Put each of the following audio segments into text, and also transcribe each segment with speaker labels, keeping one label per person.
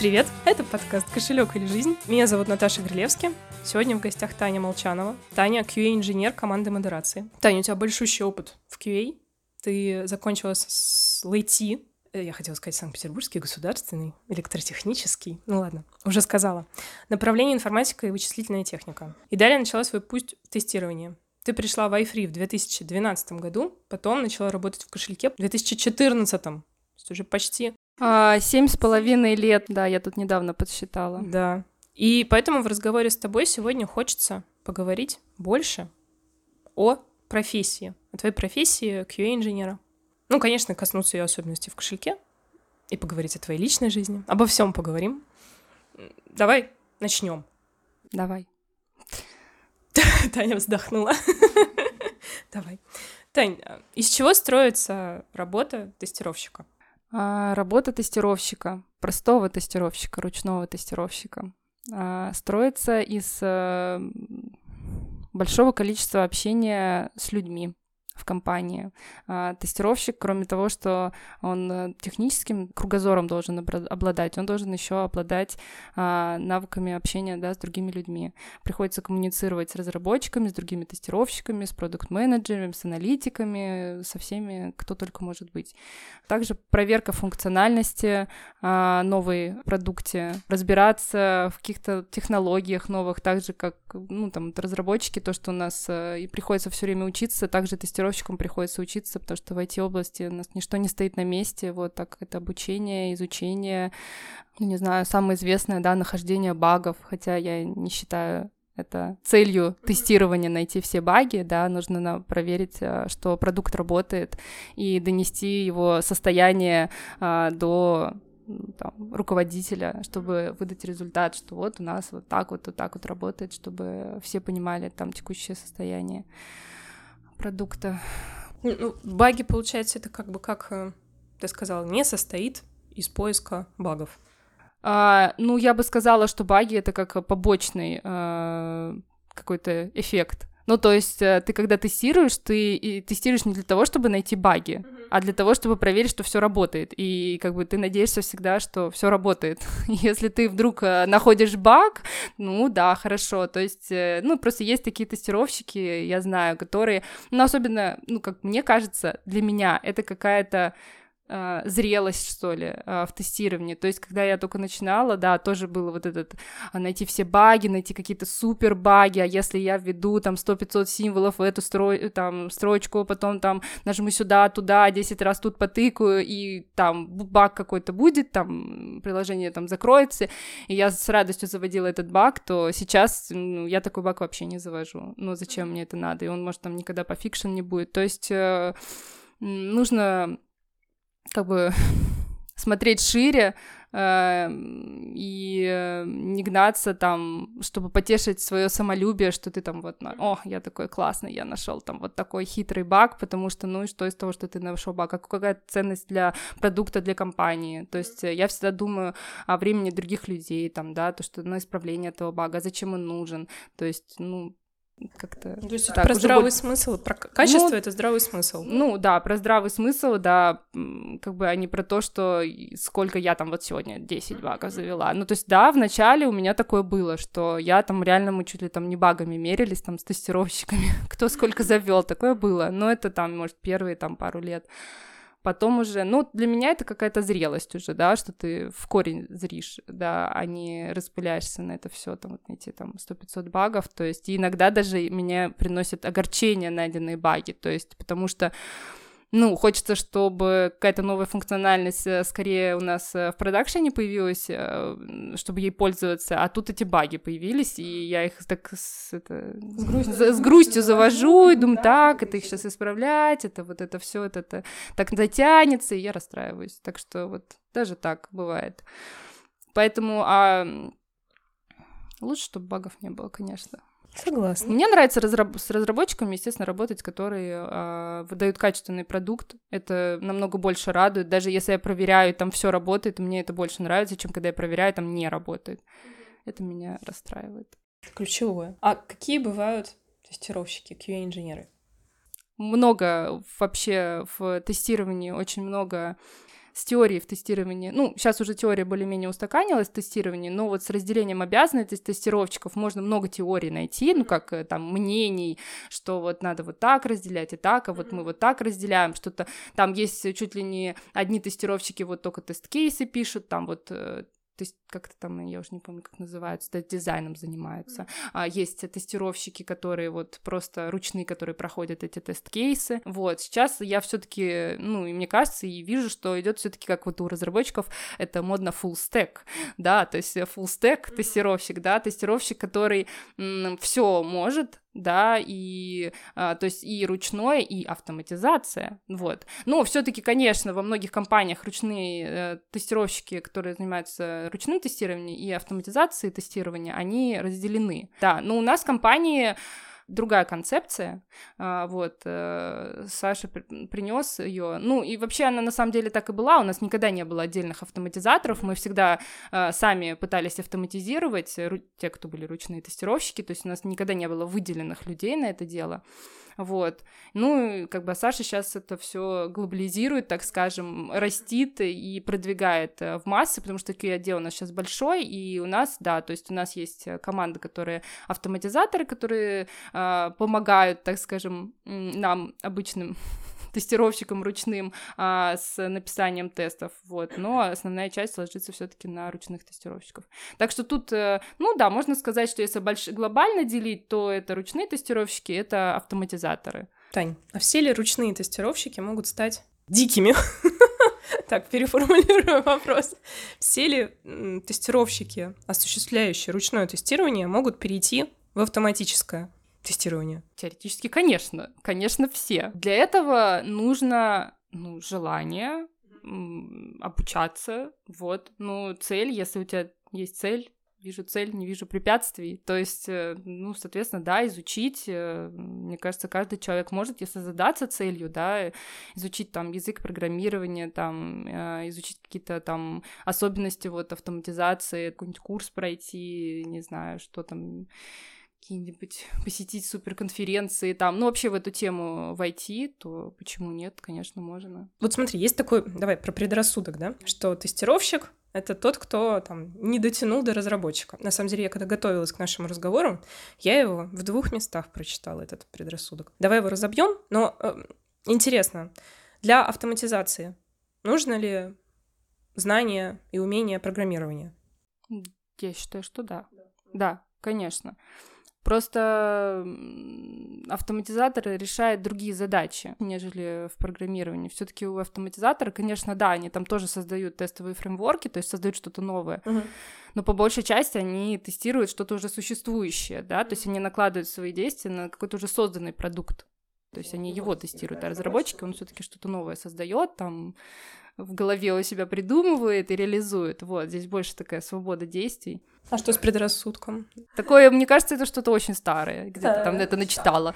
Speaker 1: Привет, это подкаст «Кошелек или жизнь». Меня зовут Наташа Грилевски. Сегодня в гостях Таня Молчанова. Таня — QA-инженер команды модерации. Таня, у тебя большущий опыт в QA. Ты закончила с ЛЭЙТИ. Я хотела сказать Санкт-Петербургский государственный электротехнический. Ну ладно, уже сказала. Направление информатика и вычислительная техника. И далее начала свой путь в тестировании. Ты пришла в iFree в 2012 году, потом начала работать в кошельке в 2014. То есть уже почти
Speaker 2: 7,5 лет, да, я тут недавно подсчитала.
Speaker 1: Да. И поэтому в разговоре с тобой сегодня хочется поговорить больше о профессии, о твоей профессии QA-инженера. Ну, конечно, коснуться ее особенностей в кошельке и поговорить о твоей личной жизни. Обо всем поговорим. Давай начнем.
Speaker 2: Давай.
Speaker 1: Таня вздохнула. Давай. Тань, из чего строится работа тестировщика?
Speaker 2: Работа тестировщика, простого тестировщика, ручного тестировщика, строится из большого количества общения с людьми в компании. Тестировщик, кроме того, что он техническим кругозором должен обладать, он должен еще обладать навыками общения, да, с другими людьми. Приходится коммуницировать с разработчиками, с другими тестировщиками, с продукт-менеджерами, с аналитиками, со всеми, кто только может быть. Также проверка функциональности новой продукте, разбираться в каких-то технологиях новых, так же, как разработчики, то, что у нас и приходится все время учиться, также тестировщикам приходится учиться, потому что в IT-области у нас ничто не стоит на месте, вот так это обучение, изучение, не знаю, самое известное, да, нахождение багов, хотя я не считаю это целью тестирования найти все баги, да, нужно проверить, что продукт работает, и донести его состояние до руководителя, чтобы выдать результат, что вот у нас вот так вот работает, чтобы все понимали там текущее состояние продукта.
Speaker 1: Баги, получается, это как ты сказала, не состоит из поиска багов.
Speaker 2: Я бы сказала, что баги — это как побочный какой-то эффект. Ну, то есть ты, когда тестируешь, ты тестируешь не для того, чтобы найти баги, а для того, чтобы проверить, что все работает. И как бы ты надеешься всегда, что все работает. Если ты вдруг находишь баг, ну да, хорошо. То есть, просто есть такие тестировщики, я знаю, которые, особенно, как мне кажется, для меня это какая-то зрелость, что ли, в тестировании. То есть, когда я только начинала, да, тоже было вот этот найти все баги, найти какие-то супер баги, а если я введу там 100-500 символов в эту строчку, потом там нажму сюда, туда, 10 раз тут потыкаю, и там баг какой-то будет, там приложение там закроется, и я с радостью заводила этот баг, то сейчас я такой баг вообще не завожу. Зачем мне это надо? И он, может, там никогда по фикшн не будет. То есть нужно как бы смотреть шире и не гнаться там, чтобы потешить свое самолюбие, что ты там я такой классный, я нашел там вот такой хитрый баг, потому что, и что из того, что ты нашел баг, какая ценность для продукта, для компании, то есть я всегда думаю о времени других людей, там, да, то, что на исправление этого бага, зачем он нужен, то есть, как-то...
Speaker 1: То есть это про здравый смысл, про качество это здравый смысл.
Speaker 2: Да, про здравый смысл, да, как бы, а не про то, что сколько я там вот сегодня 10 багов завела. То есть, да, вначале у меня такое было, что я там реально, мы чуть ли там не багами мерились там с тестировщиками, кто сколько завел, такое было, но это там, может, первые там пару лет. Потом уже, для меня это какая-то зрелость уже, да, что ты в корень зришь, да, а не распыляешься на это все там, эти там 100-500 багов, то есть и иногда даже меня приносят огорчение найденные баги, то есть потому что, хочется, чтобы какая-то новая функциональность скорее у нас в продакшене появилась, чтобы ей пользоваться, а тут эти баги появились, и я их так с грустью завожу, и думаю, так, это их сейчас исправлять, это вот это все, это так затянется, и я расстраиваюсь. Так что вот даже так бывает. Поэтому лучше, чтобы багов не было, конечно.
Speaker 1: Согласна.
Speaker 2: Мне нравится с разработчиками, естественно, работать, которые выдают качественный продукт. Это намного больше радует. Даже если я проверяю, там все работает, мне это больше нравится, чем когда я проверяю, там не работает. Это меня расстраивает.
Speaker 1: Ключевое. А какие бывают тестировщики, QA-инженеры?
Speaker 2: Много вообще в тестировании, очень много с теорией в тестировании, ну, сейчас уже теория более-менее устаканилась в тестировании, но вот с разделением обязанностей тестировщиков можно много теорий найти, ну, как там мнений, что вот надо вот так разделять и так, а вот мы вот так разделяем, что-то там есть чуть ли не одни тестировщики вот только тест-кейсы пишут, там вот... То есть как-то там, я уже не помню, как называются, дизайном занимаются. Есть тестировщики, которые вот просто ручные, которые проходят эти тест-кейсы. Вот, сейчас я все-таки, ну, и мне кажется, и вижу, что идет все-таки как вот у разработчиков, это модно full stack, да, то есть full stack тестировщик, да, тестировщик, который все может, да, и, то есть и ручное, и автоматизация, вот. Но все-таки, конечно, во многих компаниях ручные тестировщики, которые занимаются ручным тестированием и автоматизацией тестирования, они разделены, да, но у нас в компании другая концепция, вот, Саша принес ее, ну, и вообще она на самом деле так и была, у нас никогда не было отдельных автоматизаторов, мы всегда сами пытались автоматизировать, те, кто были ручные тестировщики, то есть у нас никогда не было выделенных людей на это дело, вот, ну, и как бы Саша сейчас это все глобализирует, так скажем, растит и продвигает в массы, потому что QA-отдел у нас сейчас большой, и у нас, да, то есть у нас есть команды, которые автоматизаторы, которые помогают, так скажем, нам, обычным тестировщикам ручным, с написанием тестов, вот, но основная часть ложится все-таки на ручных тестировщиков. Так что тут, ну да, можно сказать, что если глобально делить, то это ручные тестировщики, это автоматизаторы.
Speaker 1: Тань, а все ли ручные тестировщики могут стать дикими? Так, переформулирую вопрос. Все ли тестировщики, осуществляющие ручное тестирование, могут перейти в автоматическое тестирование?
Speaker 2: Теоретически, конечно, все. Для этого нужно, ну, желание обучаться, вот, ну, цель, если у тебя есть цель, вижу цель, не вижу препятствий, то есть, ну, соответственно, да, изучить, мне кажется, каждый человек может, если задаться целью, да, изучить там язык программирования, там, изучить какие-то там особенности вот автоматизации, какой-нибудь курс пройти, не знаю, что там, какие-нибудь посетить суперконференции там, ну, вообще в эту тему войти, то почему нет, конечно, можно.
Speaker 1: Вот смотри, есть такой, давай, про предрассудок, да, что тестировщик — это тот, кто там не дотянул до разработчика. На самом деле, я когда готовилась к нашему разговору, я его в 2 местах прочитала, этот предрассудок. Давай его разобьем, но интересно, для автоматизации нужно ли знание и умение программирования?
Speaker 2: Я считаю, что да. Да, конечно. Просто автоматизатор решает другие задачи, нежели в программировании. Все-таки у автоматизатора, конечно, да, они там тоже создают тестовые фреймворки, то есть создают что-то новое, но по большей части они тестируют что-то уже существующее, да, то есть они накладывают свои действия на какой-то уже созданный продукт. То есть они его тестируют, а разработчик, он все-таки что-то новое создает, там в голове у себя придумывает и реализует. Вот, здесь больше такая свобода действий.
Speaker 1: А что с предрассудком?
Speaker 2: Такое, мне кажется, это что-то очень старое, где-то там это начитала.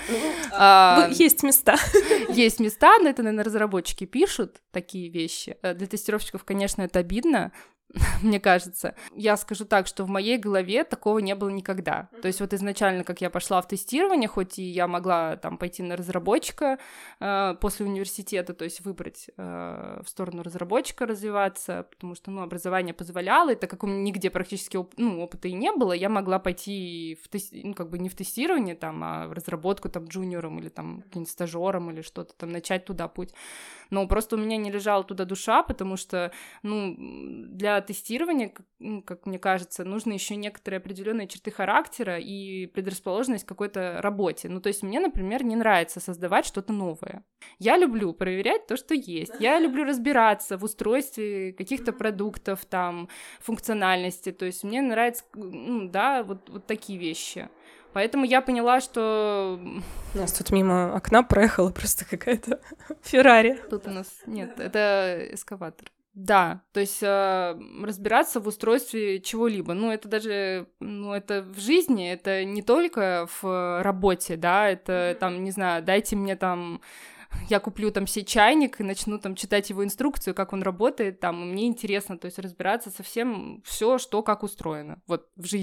Speaker 1: Есть места.
Speaker 2: Есть места, но это, наверное, разработчики пишут такие вещи. Для тестировщиков, конечно, это обидно, мне кажется. Я скажу так, что в моей голове такого не было никогда. То есть вот изначально, как я пошла в тестирование, хоть и я могла там пойти на разработчика после университета, то есть выбрать в сторону разработчика развиваться, потому что, ну, образование позволяло, и так как у меня нигде практически опыта и не было, я могла пойти ну, как бы не в тестирование, там, а в разработку там джуниором или там каким-нибудь стажером или что-то там, начать туда путь. Но просто у меня не лежала туда душа, потому что, ну, для тестирования, как мне кажется, нужны еще некоторые определенные черты характера и предрасположенность к какой-то работе. Ну, то есть мне, например, не нравится создавать что-то новое. Я люблю проверять то, что есть. Я люблю разбираться в устройстве каких-то продуктов, там, функциональности. То есть мне нравится, ну, да, вот такие вещи. Поэтому я поняла, что...
Speaker 1: У нас тут мимо окна проехала просто какая-то Феррари.
Speaker 2: Тут у нас... Нет, это эскаватор. Да, то есть разбираться в устройстве чего-либо. Ну, это даже, ну, это в жизни, это не только в работе, да, это там, не знаю, дайте мне там... Я куплю там себе чайник и начну там читать его инструкцию, как он работает, там, и мне интересно, то есть разбираться со всем, все, что как устроено, вот, в жизни.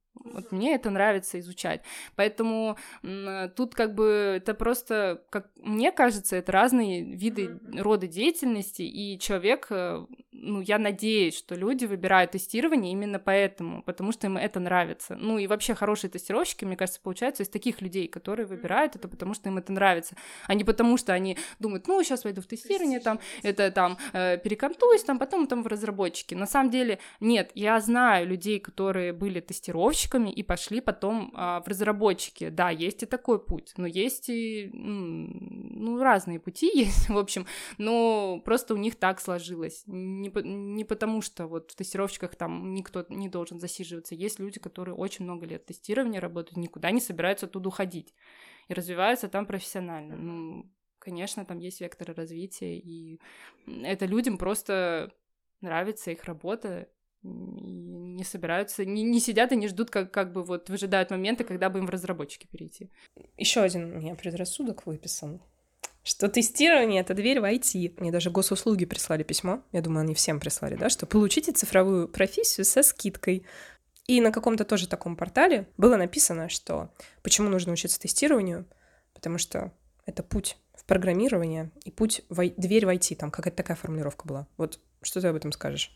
Speaker 2: Вот мне это нравится изучать. Поэтому тут как бы это просто, как мне кажется, это разные виды, рода деятельности, и человек, ну, я надеюсь, что люди выбирают тестирование именно поэтому, потому что им это нравится. Ну, и вообще хорошие тестировщики, мне кажется, получаются из таких людей, которые выбирают это, потому что им это нравится, а не потому что они думают, ну, сейчас войду в тестирование, там, это там, перекантуюсь, там, потом там в разработчики. На самом деле, нет, я знаю людей, которые были тестировщиками, и пошли потом в разработчики. Да, есть и такой путь, но есть и, ну, разные пути есть, в общем, но просто у них так сложилось. Не потому что вот в тестировщиках там никто не должен засиживаться. Есть люди, которые очень много лет тестирования работают, никуда не собираются оттуда уходить и развиваются там профессионально. Ну, конечно, там есть векторы развития, и это людям просто нравится их работа, и не собираются, не сидят и не ждут, как бы вот выжидают моменты, когда бы им в разработчики перейти.
Speaker 1: Еще один у меня предрассудок выписан, что тестирование — это дверь в IT. Мне даже госуслуги прислали письмо, я думаю, они всем прислали, да, что получите цифровую профессию со скидкой. И на каком-то тоже таком портале было написано, что почему нужно учиться тестированию, потому что это путь в программирование и путь дверь в IT, там какая-то такая формулировка была. Вот что ты об этом скажешь?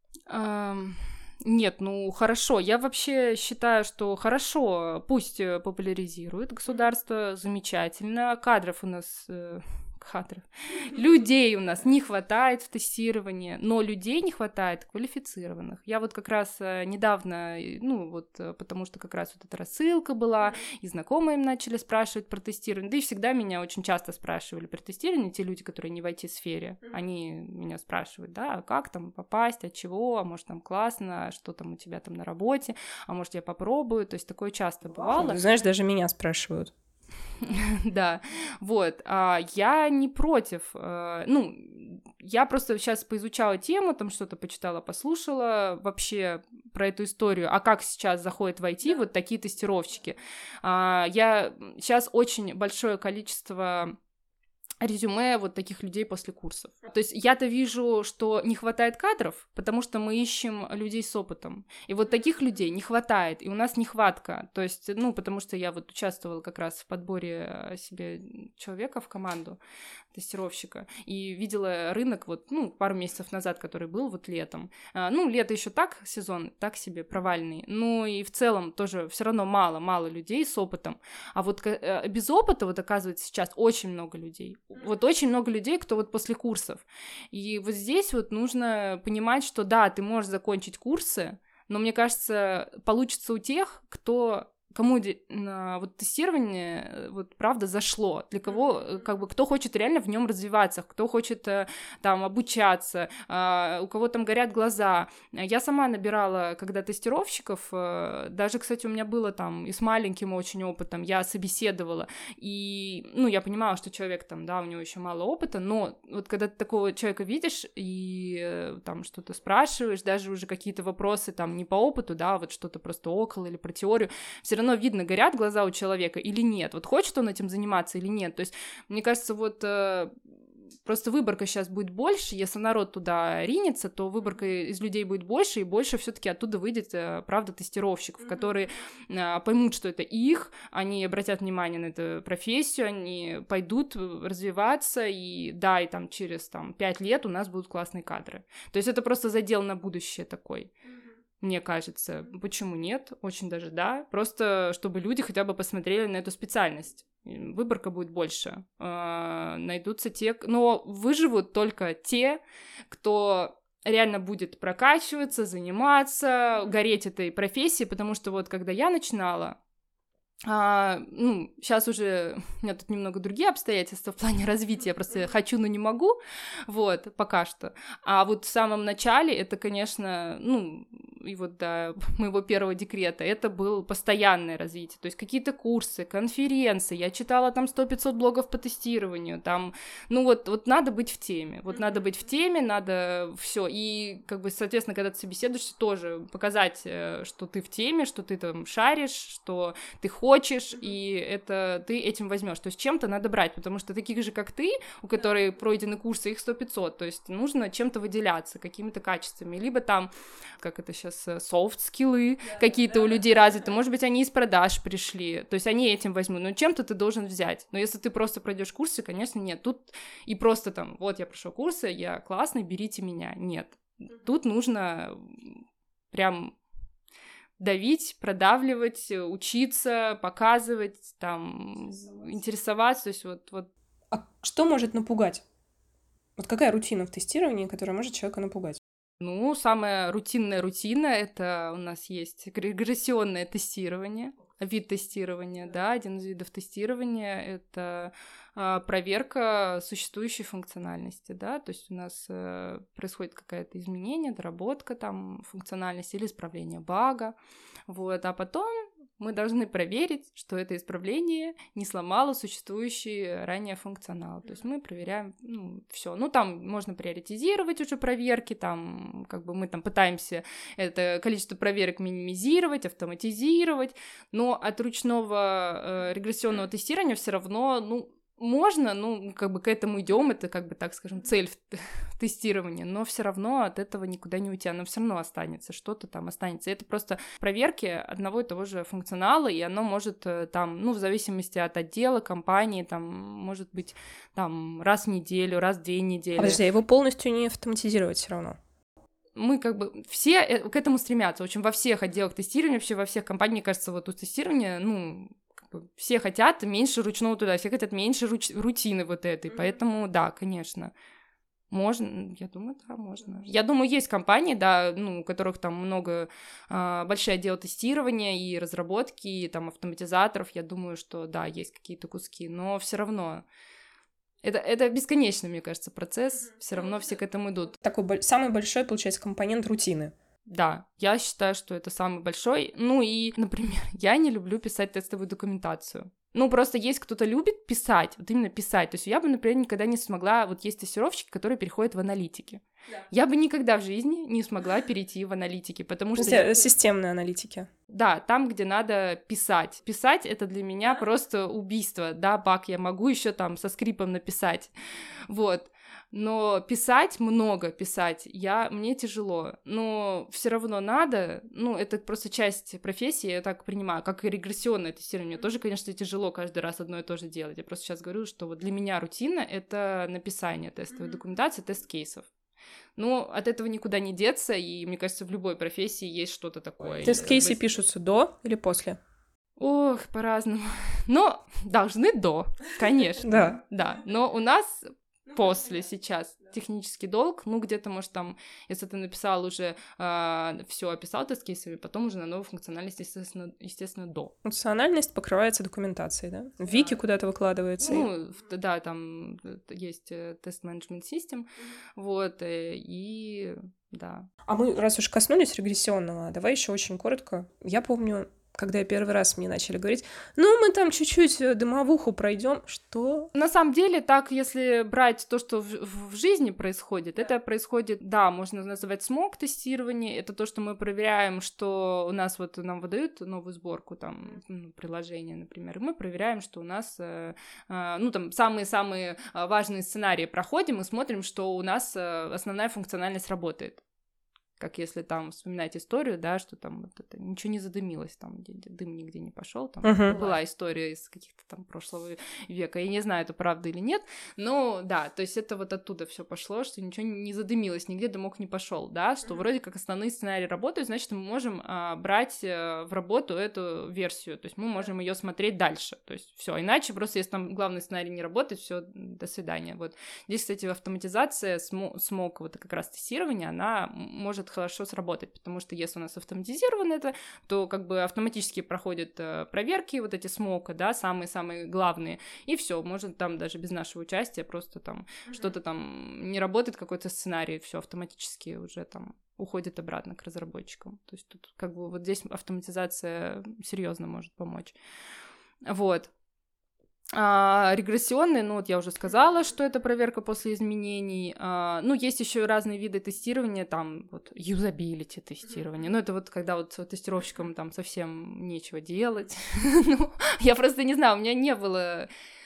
Speaker 2: Нет, ну хорошо, я вообще считаю, что хорошо, пусть популяризирует государство, замечательно, кадров у нас... Людей у нас не хватает в тестировании, но людей не хватает квалифицированных. Я вот как раз недавно, ну вот потому что как раз вот эта рассылка была, и знакомые им начали спрашивать про тестирование, да и всегда меня очень часто спрашивали про тестирование, те люди, которые не в IT-сфере, они меня спрашивают, да, а как там попасть, от чего, а может там классно, а что там у тебя там на работе, а может я попробую, то есть такое часто бывало.
Speaker 1: Знаешь, даже меня спрашивают.
Speaker 2: Да, вот, я не против, ну, я просто сейчас поизучала тему, там что-то почитала, послушала вообще про эту историю, а как сейчас заходят в IT вот такие тестировщики. Я сейчас очень большое количество резюме вот таких людей после курсов. То есть я-то вижу, что не хватает кадров, потому что мы ищем людей с опытом. И вот таких людей не хватает, и у нас нехватка. То есть, ну, потому что я вот участвовала как раз в подборе себе человека в команду, тестировщика, и видела рынок вот, ну, пару месяцев назад, который был вот летом. Ну, лето еще так, сезон так себе провальный, но и в целом тоже все равно мало людей с опытом. А вот без опыта вот оказывается сейчас очень много людей. Вот очень много людей, кто вот после курсов. И вот здесь вот нужно понимать, что да, ты можешь закончить курсы, но мне кажется, получится у тех, кому вот тестирование вот правда зашло, для кого, как бы, кто хочет реально в нем развиваться, кто хочет там обучаться, у кого там горят глаза. Я сама набирала, когда тестировщиков, даже, кстати, у меня было там и с маленьким очень опытом, я собеседовала, и, ну, я понимала, что человек там, да, у него еще мало опыта, но вот когда ты такого человека видишь и там что-то спрашиваешь, даже уже какие-то вопросы там не по опыту, да, вот что-то просто около или про теорию, все равно видно, горят глаза у человека или нет, вот хочет он этим заниматься или нет, то есть, мне кажется, вот просто выборка сейчас будет больше, если народ туда ринется, то выборка из людей будет больше, и больше все-таки оттуда выйдет, правда, тестировщиков, которые поймут, что это их, они обратят внимание на эту профессию, они пойдут развиваться, и да, и там через 5 лет у нас будут классные кадры. То есть это просто задел на будущее такой. Мне кажется, почему нет? Очень даже да. Просто чтобы люди хотя бы посмотрели на эту специальность. Выборка будет больше. Найдутся те... Но выживут только те, кто реально будет прокачиваться, заниматься, гореть этой профессией, потому что вот когда я начинала, ну, сейчас уже у меня тут немного другие обстоятельства в плане развития, я просто хочу, но не могу, вот, пока что. А вот в самом начале это, конечно, ну, и вот до моего первого декрета, это было постоянное развитие, то есть какие-то курсы, конференции, я читала там 100-500 блогов по тестированию, там, ну, вот надо быть в теме, вот надо быть в теме, надо все и, как бы, соответственно, когда ты собеседуешься, тоже показать, что ты в теме, что ты там шаришь, что ты хочешь, и это ты этим возьмешь. То есть чем-то надо брать, потому что таких же, как ты, у которых пройдены курсы, их 100-500, то есть нужно чем-то выделяться, какими-то качествами. Либо там, как это сейчас софт-скиллы какие-то у людей развиты, может быть, они из продаж пришли, то есть они этим возьмут, но чем-то ты должен взять. Но если ты просто пройдешь курсы, конечно, нет. Тут и просто там, вот я прошел курсы, я классный, берите меня. Нет. Тут нужно прям давить, продавливать, учиться, показывать, там, интересоваться, то есть вот.
Speaker 1: А что может напугать? Вот какая рутина в тестировании, которая может человека напугать?
Speaker 2: Ну, самая рутинная рутина — это у нас есть регрессионное тестирование, вид тестирования, да, один из видов тестирования — это проверка существующей функциональности, да, то есть у нас происходит какое-то изменение, доработка там функциональности или исправление бага, вот, а потом мы должны проверить, что это исправление не сломало существующий ранее функционал. То есть мы проверяем, все. Ну, там можно приоритизировать уже проверки, там, как бы мы там пытаемся это количество проверок минимизировать, автоматизировать, но от ручного регрессионного тестирования все равно, можно, как бы к этому идем, это, как бы, так скажем, цель тестирования, но все равно от этого никуда не уйти, оно все равно останется, что-то там останется. Это просто проверки одного и того же функционала, и оно может там, в зависимости от отдела, компании, там, может быть, там, раз в неделю, раз в 2 недели.
Speaker 1: Подожди, его полностью не автоматизировать все равно?
Speaker 2: Мы как бы все к этому стремятся, в общем, во всех отделах тестирования, вообще во всех компаниях, мне кажется, вот у тестирования, все хотят меньше ручного труда, все хотят меньше рутины вот этой, поэтому, да, конечно, можно, я думаю, да, можно. Я думаю, есть компании, да, у которых там много, большие отделы тестирования и разработки, и там автоматизаторов, я думаю, что, да, есть какие-то куски, но все равно это бесконечный, мне кажется, процесс, все равно все к этому идут.
Speaker 1: Такой самый большой, получается, компонент рутины.
Speaker 2: Да, я считаю, что это самый большой. Ну и, например, я не люблю писать тестовую документацию. Просто есть кто-то любит писать, вот именно писать. То есть я бы, например, никогда не смогла... Вот есть тестировщики, которые переходят в аналитики. Да. Я бы никогда в жизни не смогла перейти в аналитики, потому что...
Speaker 1: Системные аналитики.
Speaker 2: Да, там, где надо писать. Писать — это для меня просто убийство. Да, баг я могу еще там со скрипом написать. Вот. Но писать, много писать, мне тяжело, но все равно надо, это просто часть профессии, я так принимаю, как и регрессионное тестирование, тоже, конечно, тяжело каждый раз одно и то же делать, я просто сейчас говорю, что вот для меня рутина — это написание тестовой документации, тест-кейсов. От этого никуда не деться, и, мне кажется, в любой профессии есть что-то такое.
Speaker 1: Тест-кейсы пишутся до или после?
Speaker 2: Ох, по-разному, но должны до, конечно, да, но у нас... После сейчас технический долг, где-то, может, там, если ты написал уже, все описал тест-кейсами, потом уже на новую функциональность, естественно, до.
Speaker 1: Функциональность покрывается документацией, да? В Вики куда-то выкладывается.
Speaker 2: Да, там есть тест-менеджмент систем, вот, и да.
Speaker 1: А мы, раз уж коснулись регрессионного, давай еще очень коротко. Я помню, когда я первый раз мне начали говорить, мы там чуть-чуть дымовуху пройдем, что...
Speaker 2: На самом деле, так, если брать то, что в жизни происходит, это происходит, да, можно называть смог-тестирование, это то, что мы проверяем, что у нас нам выдают новую сборку, там, приложение, например, и мы проверяем, что у нас, там, самые-самые важные сценарии проходим и смотрим, что у нас основная функциональность работает. Как если там вспоминать историю, да, что там вот это ничего не задымилось, там дым нигде не пошел, там была история из каких-то там прошлого века, я не знаю, это правда или нет, но да, то есть это вот оттуда все пошло, что ничего не задымилось, нигде дымок не пошел, да, что вроде как основные сценарии работают, значит, мы можем брать в работу эту версию, то есть мы можем ее смотреть дальше, то есть все, иначе просто если там главный сценарий не работает, все, до свидания, вот. Здесь, кстати, автоматизация, смог, вот как раз тестирование, она может хорошо сработать, потому что если у нас автоматизировано это, то как бы автоматически проходят проверки вот эти смока, да, самые-самые главные, и все, может там даже без нашего участия просто там что-то там не работает, какой-то сценарий, все автоматически уже там уходит обратно к разработчикам. То есть тут как бы вот здесь автоматизация серьезно может помочь. Вот. Регрессионные, вот я уже сказала, что это проверка после изменений. Есть еще и разные виды тестирования, там вот юзабилити тестирование. Это вот когда вот тестировщикам там совсем нечего делать. Я просто не знаю, у меня не было,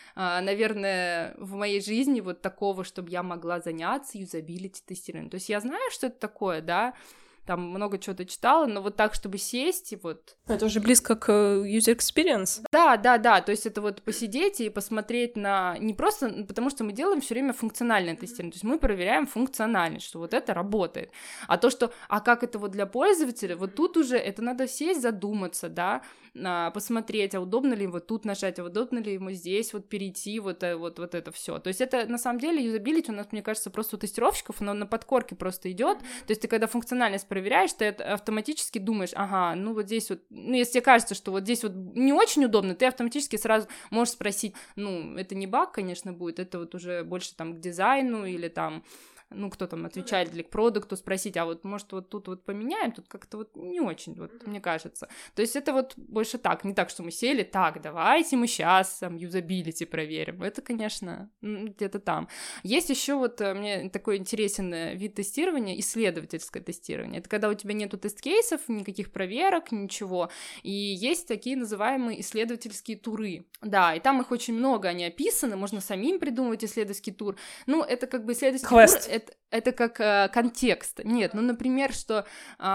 Speaker 2: наверное, в моей жизни вот такого, чтобы я могла заняться юзабилити тестированием. То есть я знаю, что это такое, да, там много чего-то читала, но вот так, чтобы сесть и вот...
Speaker 1: Это уже близко к user experience.
Speaker 2: Да, то есть это вот посидеть и посмотреть на... Не просто... Потому что мы делаем все время функциональное тестирование, то есть мы проверяем функциональность, что вот это работает. А то, что... А как это вот для пользователя, вот тут уже это надо сесть, задуматься, да, посмотреть, а удобно ли вот тут нажать, а удобно ли ему здесь вот перейти, вот это все. То есть это, на самом деле, юзабилити у нас, мне кажется, просто у тестировщиков, оно на подкорке просто идет. То есть ты, когда функциональность проверяешь, ты автоматически думаешь, ага, ну вот здесь вот, ну если тебе кажется, что вот здесь вот не очень удобно, ты автоматически сразу можешь спросить, ну, это не баг, конечно, будет, это вот уже больше там к дизайну или там, ну, кто там отвечает или к продукту, спросить, а вот, может, вот тут вот поменяем, тут как-то вот не очень, вот, мне кажется. То есть это вот больше так, не так, что мы сели, так, давайте мы сейчас там юзабилити проверим. Это, конечно, где-то там. Есть еще вот мне такой интересен вид тестирования, исследовательское тестирование. Это когда у тебя нету тест-кейсов, никаких проверок, ничего, и есть такие называемые исследовательские туры. Да, и там их очень много, они описаны, можно самим придумывать исследовательский тур. Ну, это как бы исследовательский тур, это как контекст. Нет, ну, например, что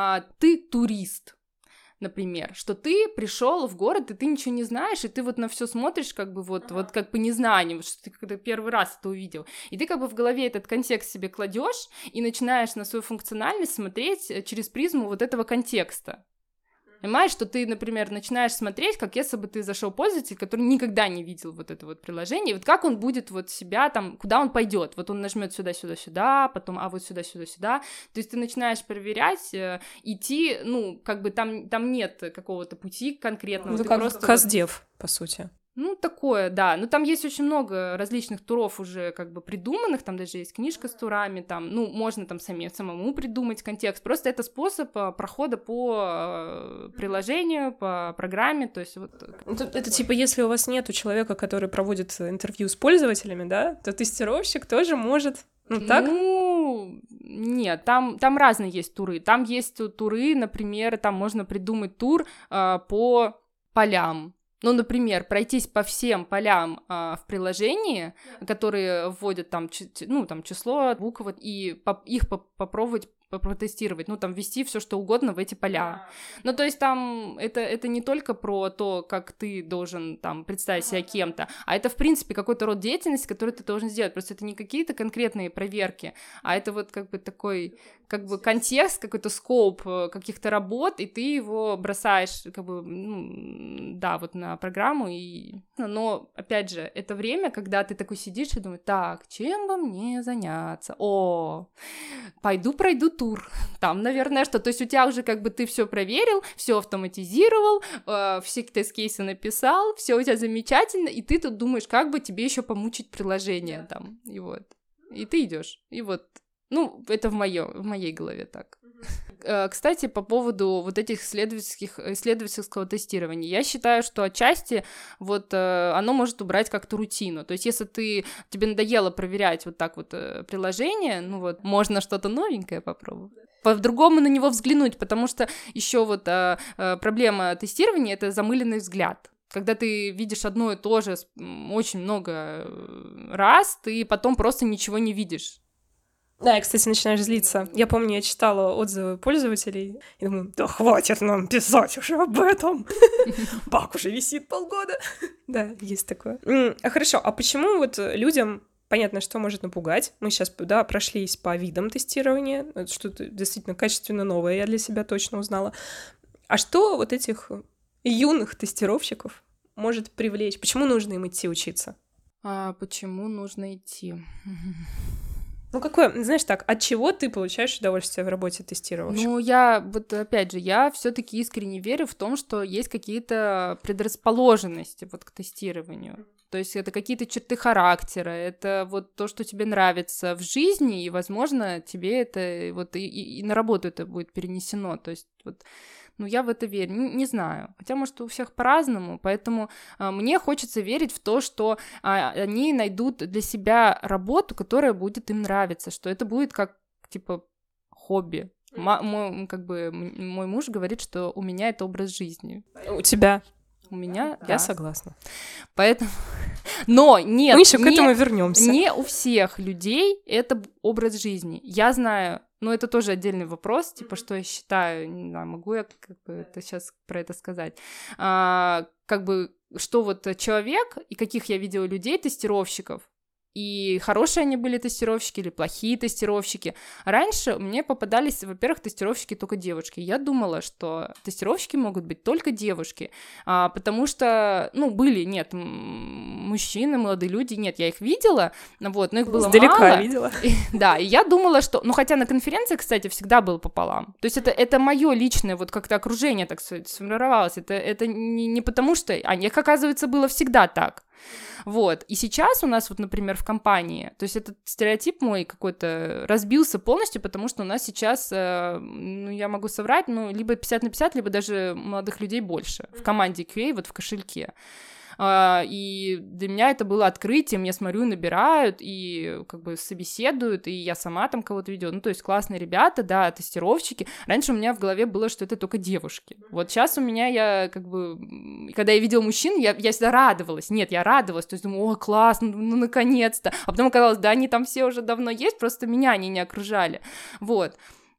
Speaker 2: ты турист, например, что ты пришел в город, и ты ничего не знаешь, и ты вот на все смотришь как бы вот как по незнанию, вот, что ты когда первый раз это увидел, и ты как бы в голове этот контекст себе кладешь и начинаешь на свою функциональность смотреть через призму вот этого контекста. Понимаешь, что ты, например, начинаешь смотреть, как если бы ты зашел пользователь, который никогда не видел вот это вот приложение, и вот как он будет вот себя там, куда он пойдет, вот он нажмет сюда, потом, вот сюда, то есть ты начинаешь проверять, идти, ну, как бы там нет какого-то пути конкретного.
Speaker 1: Ну, как просто каздев, по сути.
Speaker 2: Ну, такое, да. Но там есть очень много различных туров уже как бы придуманных, там даже есть книжка с турами, там, ну, можно там самому придумать контекст. Просто это способ прохода по приложению, по программе, то есть вот...
Speaker 1: Это типа, если у вас нету человека, который проводит интервью с пользователями, да, то тестировщик тоже может... Ну, так?
Speaker 2: Ну, нет, там разные есть туры. Там есть туры, например, там можно придумать тур по полям. Ну, например, пройтись по всем полям в приложении, которые вводят там, ну, там число букв, и их попробовать протестировать, ну, там, ввести все что угодно в эти поля. Ну, то есть там это не только про то, как ты должен там представить себя кем-то, а это, в принципе, какой-то род деятельности, который ты должен сделать. Просто это не какие-то конкретные проверки, а это вот как бы такой, как бы контекст, какой-то скоп каких-то работ, и ты его бросаешь, как бы, ну, да, вот на программу, и... Но, опять же, это время, когда ты такой сидишь и думаешь, так, чем бы мне заняться? Пойду пройду тур. Там, наверное, что... То есть у тебя уже как бы ты все проверил, все автоматизировал, все тест-кейсы написал, все у тебя замечательно, и ты тут думаешь, как бы тебе еще помучить приложение там, и вот. И ты идешь, и вот. Ну, это в моей голове так. Кстати, по поводу вот этих исследовательского тестирования, я считаю, что отчасти вот оно может убрать как-то рутину. То есть, если тебе надоело проверять вот так вот приложение, ну вот, можно что-то новенькое попробовать. По-другому на него взглянуть, потому что еще вот проблема тестирования — это замыленный взгляд. Когда ты видишь одно и то же очень много раз, ты потом просто ничего не видишь.
Speaker 1: Да, и, кстати, начинаешь злиться. Я помню, я читала отзывы пользователей и думаю, да хватит нам писать уже об этом. Баг уже висит полгода. Да, есть такое. Хорошо, а почему вот людям... Понятно, что может напугать. Мы сейчас, да, прошлись по видам тестирования. Это что-то действительно качественно новое я для себя точно узнала. А что вот этих юных тестировщиков может привлечь? Почему нужно им идти учиться?
Speaker 2: Почему нужно идти?
Speaker 1: Ну, какое, знаешь так, от чего ты получаешь удовольствие в работе тестировщика?
Speaker 2: Ну, опять же, я все-таки искренне верю в том, что есть какие-то предрасположенности вот к тестированию. То есть это какие-то черты характера, это вот то, что тебе нравится в жизни, и, возможно, тебе это вот и на работу это будет перенесено. То есть вот... Ну, я в это верю, не знаю. Хотя, может, у всех по-разному, поэтому мне хочется верить в то, что они найдут для себя работу, которая будет им нравиться, что это будет как, типа, хобби. Мой муж говорит, что у меня это образ жизни.
Speaker 1: У тебя?
Speaker 2: У меня,
Speaker 1: Я
Speaker 2: да.
Speaker 1: согласна.
Speaker 2: Поэтому... Но нет,
Speaker 1: мы еще к этому вернемся.
Speaker 2: Не у всех людей это образ жизни. Я знаю, но это тоже отдельный вопрос, типа, что я считаю, не знаю, могу я как бы это сейчас про это сказать, как бы, что вот человек, и каких я видела людей, тестировщиков, и хорошие они были тестировщики или плохие тестировщики. Раньше мне попадались, во-первых, тестировщики только девушки. Я думала, что тестировщики могут быть только девушки, потому что, ну, были, нет, мужчины, молодые люди, нет, я их видела, вот, но их было
Speaker 1: издалека
Speaker 2: мало.
Speaker 1: видела.
Speaker 2: Да, и я думала, что, ну, хотя на конференции, кстати, всегда было пополам. То есть это мое личное вот как-то окружение так сформировалось. Это не потому, что, их, оказывается, было всегда так. Вот, и сейчас у нас вот, например, в компании, то есть этот стереотип мой какой-то разбился полностью, потому что у нас сейчас, ну, я могу соврать, ну, либо 50/50, либо даже молодых людей больше в команде QA, вот в кошельке. И для меня это было открытием, я смотрю, набирают, и как бы собеседуют, и я сама там кого-то видела, ну, то есть классные ребята, да, тестировщики. Раньше у меня в голове было, что это только девушки. Вот сейчас у меня, я как бы, когда я видела мужчин, я всегда радовалась, нет, я радовалась, то есть думаю, о, классно, ну, наконец-то, а потом оказалось, да, они там все уже давно есть, просто меня они не окружали, вот.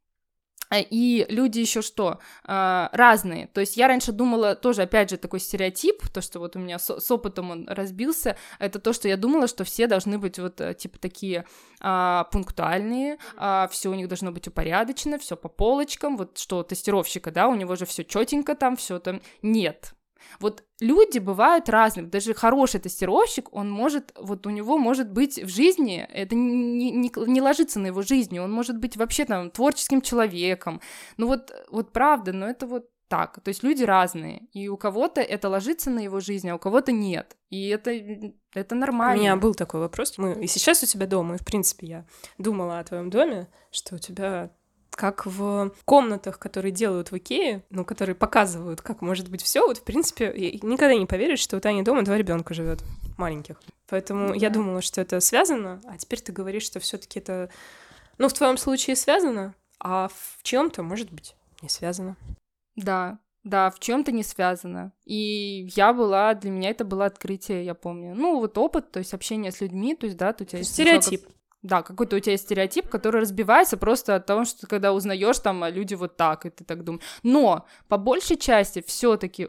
Speaker 2: И люди еще что? Разные. То есть я раньше думала, тоже, опять же, такой стереотип, то, что вот у меня с опытом он разбился, это то, что я думала, что все должны быть вот, типа, такие пунктуальные, все у них должно быть упорядочено, все по полочкам, вот что тестировщика, да, у него же все четенько там, все там. Нет. Вот люди бывают разные, даже хороший тестировщик, он может, вот у него может быть в жизни, это не ложится на его жизнь, он может быть вообще там творческим человеком, ну вот правда, но это вот так, то есть люди разные, и у кого-то это ложится на его жизнь, а у кого-то нет, и это нормально.
Speaker 1: У меня был такой вопрос, и сейчас у тебя дома, и в принципе я думала о твоем доме, что у тебя... как в комнатах, которые делают в Икее, ну, которые показывают, как может быть все. Вот, в принципе, никогда не поверишь, что у Тани дома 2 ребенка живет маленьких. Поэтому я думала, что это связано, а теперь ты говоришь, что все-таки это, ну, в твоем случае связано, а в чьем-то, может быть, не связано.
Speaker 2: Да, в чем-то не связано. И для меня это было открытие, я помню. Ну, вот опыт, то есть общение с людьми, то есть, да, тут у тебя есть
Speaker 1: стереотип.
Speaker 2: Да, какой-то у тебя есть стереотип, который разбивается просто от того, что ты когда узнаешь там, люди вот так, и ты так думаешь. Но по большей части все-таки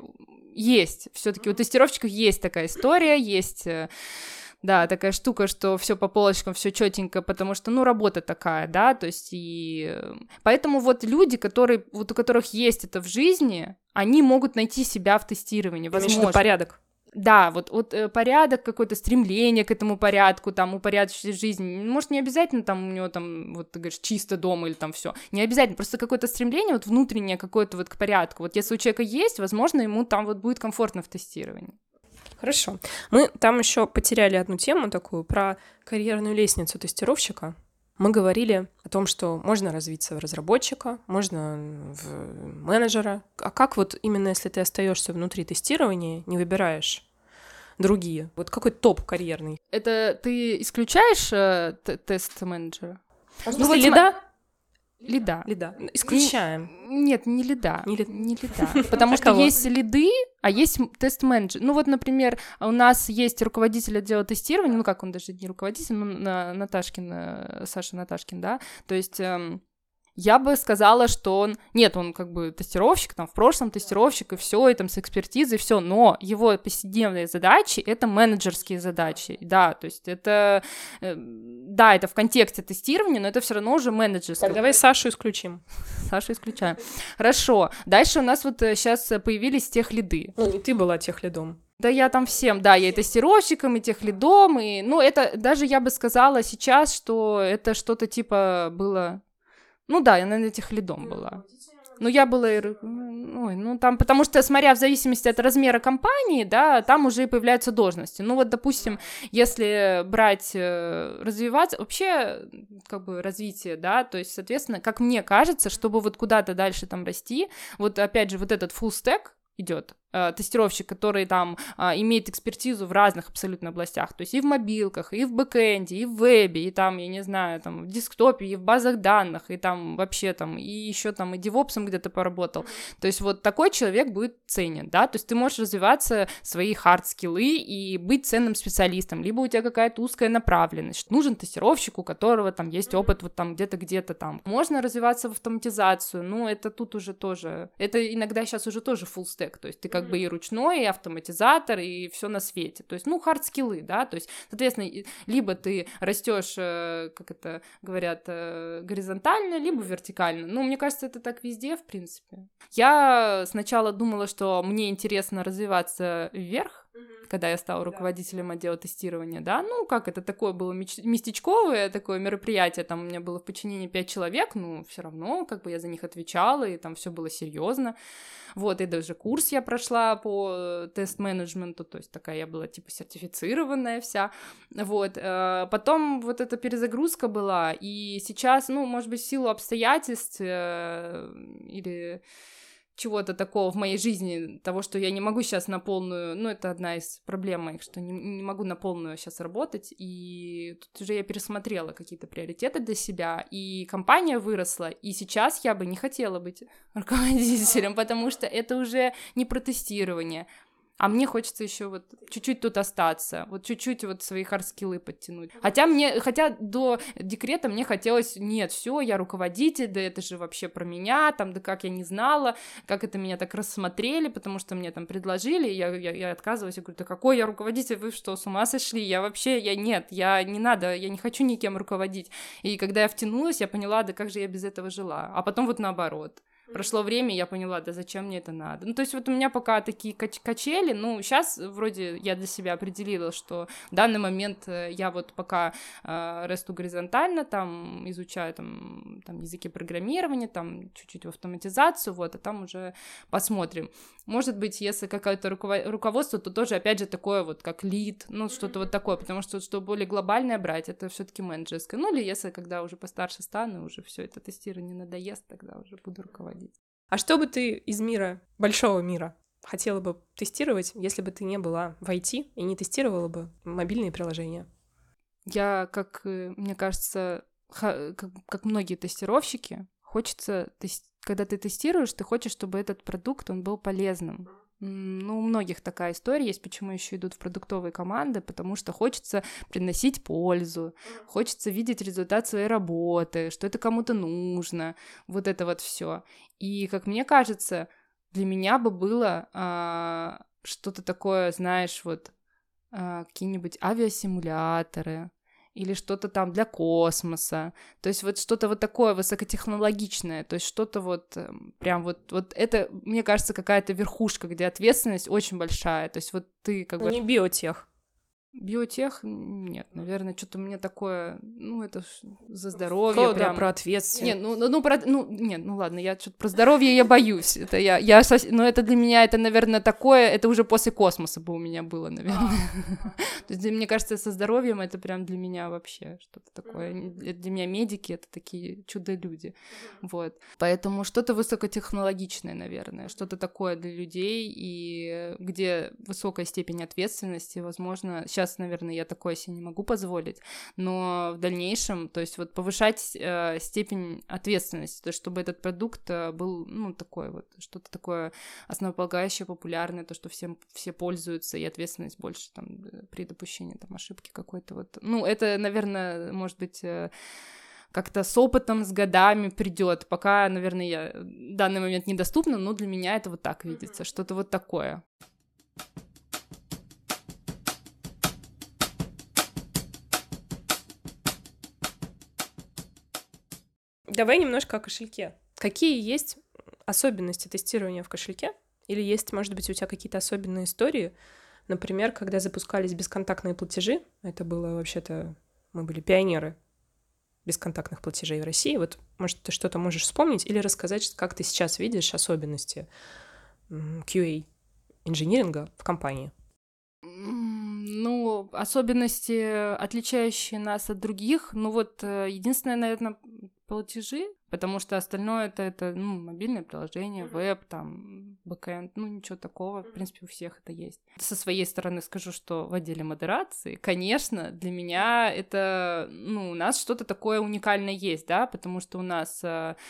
Speaker 2: у тестировщиков есть такая история, есть, да, такая штука, что все по полочкам, все четенько, потому что, ну, работа такая, да, то есть и поэтому вот люди, у которых есть это в жизни, они могут найти себя в тестировании, возможно.
Speaker 1: Порядок.
Speaker 2: Да, вот порядок, какое-то стремление к этому порядку, там, упорядочить жизнь, может, не обязательно там у него там, вот ты говоришь, чисто дома или там все, не обязательно, просто какое-то стремление вот внутреннее какое-то вот к порядку, вот если у человека есть, возможно, ему там вот будет комфортно в тестировании.
Speaker 1: Хорошо. Мы там еще потеряли одну тему такую про карьерную лестницу тестировщика. Мы говорили о том, что можно развиться в разработчика, можно в менеджера. А как вот именно если ты остаешься внутри тестирования, не выбираешь другие? Вот какой топ карьерный?
Speaker 2: Это ты исключаешь тест-менеджера?
Speaker 1: Ну, вот лида?
Speaker 2: Лида.
Speaker 1: Исключаем.
Speaker 2: Нет, не лида.
Speaker 1: Не
Speaker 2: лида. Потому что есть лиды, а есть тест-менеджер. Ну вот, например, у нас есть руководитель отдела тестирования, ну как он даже не руководитель, Саша Наташкин, да, то есть... Я бы сказала, что он как бы тестировщик, там, в прошлом тестировщик, и все, и там с экспертизой, все, но его повседневные задачи — это менеджерские задачи, да, то есть это, да, это в контексте тестирования, но это все равно уже менеджерское.
Speaker 1: Так, давай Сашу исключим.
Speaker 2: Сашу исключаем. Хорошо, дальше у нас вот сейчас появились техлиды.
Speaker 1: Ну, и ты была техлидом.
Speaker 2: Да я там всем, да, я и тестировщиком, и техлидом, и, ну, это даже я бы сказала сейчас, что это что-то типа было... Ну да, я, наверное, техлидом была. Но я была... там, потому что, смотря в зависимости от размера компании, да, там уже и появляются должности. Ну вот, допустим, если брать, развиваться, вообще, как бы, развитие, да, то есть, соответственно, как мне кажется, чтобы вот куда-то дальше там расти, вот опять же, вот этот full stack идет, тестировщик, который там имеет экспертизу в разных абсолютно областях, то есть и в мобилках, и в бэкэнде, и в вебе, и там, я не знаю, там в десктопе, и в базах данных, и там вообще там, и еще там и девопсом где-то поработал, то есть вот такой человек будет ценен, да, то есть ты можешь развиваться свои хард-скиллы и быть ценным специалистом, либо у тебя какая-то узкая направленность, нужен тестировщик, у которого там есть опыт вот там где-то там, можно развиваться в автоматизацию, ну, это тут уже тоже, это иногда сейчас уже тоже full stack, то есть ты как бы и ручной, и автоматизатор, и все на свете. То есть, ну, хард-скиллы, да, то есть, соответственно, либо ты растешь, как это говорят, горизонтально, либо вертикально. Ну, мне кажется, это так везде, в принципе. Я сначала думала, что мне интересно развиваться вверх, когда я стала руководителем отдела тестирования, да, ну, как это такое было местечковое такое мероприятие, там у меня было в подчинении 5 человек, ну, все равно, как бы я за них отвечала, и там все было серьезно, вот, и даже курс я прошла по тест-менеджменту, то есть такая я была, типа, сертифицированная вся, вот, потом вот эта перезагрузка была, и сейчас, ну, может быть, в силу обстоятельств или чего-то такого в моей жизни, того, что я не могу сейчас на полную, ну, это одна из проблем моих, что не могу на полную сейчас работать, и тут уже я пересмотрела какие-то приоритеты для себя, и компания выросла, и сейчас я бы не хотела быть руководителем, потому что это уже не про тестирование, а мне хочется еще вот чуть-чуть тут остаться, вот чуть-чуть вот свои хард-скиллы подтянуть. Хотя до декрета мне хотелось, нет, все, я руководитель, да это же вообще про меня, там, да как я не знала, как это меня так рассмотрели, потому что мне там предложили, я отказывалась, я говорю, да какой я руководитель, вы что, с ума сошли? Я не надо, я не хочу никем руководить. И когда я втянулась, я поняла, да как же я без этого жила. А потом вот наоборот. Прошло время, и я поняла, да зачем мне это надо. Ну, то есть вот у меня пока такие качели, ну, сейчас вроде я для себя определила, что в данный момент я вот пока расту горизонтально, там, изучаю там языки программирования, там, чуть-чуть в автоматизацию, вот, а там уже посмотрим. Может быть, если какое-то руководство, то тоже, опять же, такое вот, как лид, ну, что-то вот такое, потому что более глобальное брать, это все-таки менеджерское. Ну, или если, когда уже постарше стану, уже все это тестирование надоест, тогда уже буду руководить.
Speaker 1: А что бы ты из мира, большого мира, хотела бы тестировать, если бы ты не была в IT и не тестировала бы мобильные приложения?
Speaker 2: Я, как мне кажется, как многие тестировщики, хочется, когда ты тестируешь, ты хочешь, чтобы этот продукт, он был полезным. Ну, у многих такая история есть, почему еще идут в продуктовые команды, потому что хочется приносить пользу, хочется видеть результат своей работы, что это кому-то нужно, вот это вот все. И, как мне кажется, для меня бы было что-то такое, знаешь, вот какие-нибудь авиасимуляторы, или что-то там для космоса, то есть вот что-то вот такое высокотехнологичное, то есть что-то вот прям вот это, мне кажется, какая-то верхушка, где ответственность очень большая, то есть вот ты как бы...
Speaker 1: Не биотех.
Speaker 2: Биотех? Нет, наверное, что-то у меня такое, ну, это за здоровье.
Speaker 1: Да,
Speaker 2: прям...
Speaker 1: про ответственность.
Speaker 2: Нет, ладно, я что-то про здоровье я боюсь. Это но это для меня, это, наверное, такое, это уже после космоса бы у меня было, наверное. То есть, мне кажется, со здоровьем это прям для меня вообще что-то такое. Для меня медики — это такие чудо-люди. Вот. Поэтому что-то высокотехнологичное, наверное, что-то такое для людей, и где высокая степень ответственности, возможно, сейчас, наверное, я такое себе не могу позволить, но в дальнейшем, то есть вот повышать степень ответственности, то есть чтобы этот продукт был, ну, такой вот, что-то такое основополагающее, популярное, то, что все пользуются, и ответственность больше там при допущении там ошибки какой-то вот. Ну, это, наверное, может быть... как-то с опытом, с годами придет. Пока, наверное, я в данный момент недоступна, но для меня это вот так видится, что-то вот такое.
Speaker 1: Давай немножко о кошельке. Какие есть особенности тестирования в кошельке? Или есть, может быть, у тебя какие-то особенные истории? Например, когда запускались бесконтактные платежи, это было вообще-то... Мы были пионеры бесконтактных платежей в России. Вот, может, ты что-то можешь вспомнить или рассказать, как ты сейчас видишь особенности QA-инжиниринга в компании?
Speaker 2: Ну, особенности, отличающие нас от других, ну вот единственное, наверное, платежи, потому что остальное это ну, мобильное приложение, веб, там, бэкэнд, ну, ничего такого, в принципе, у всех это есть. Со своей стороны скажу, что в отделе модерации, конечно, для меня это, ну, у нас что-то такое уникальное есть, да, потому что у нас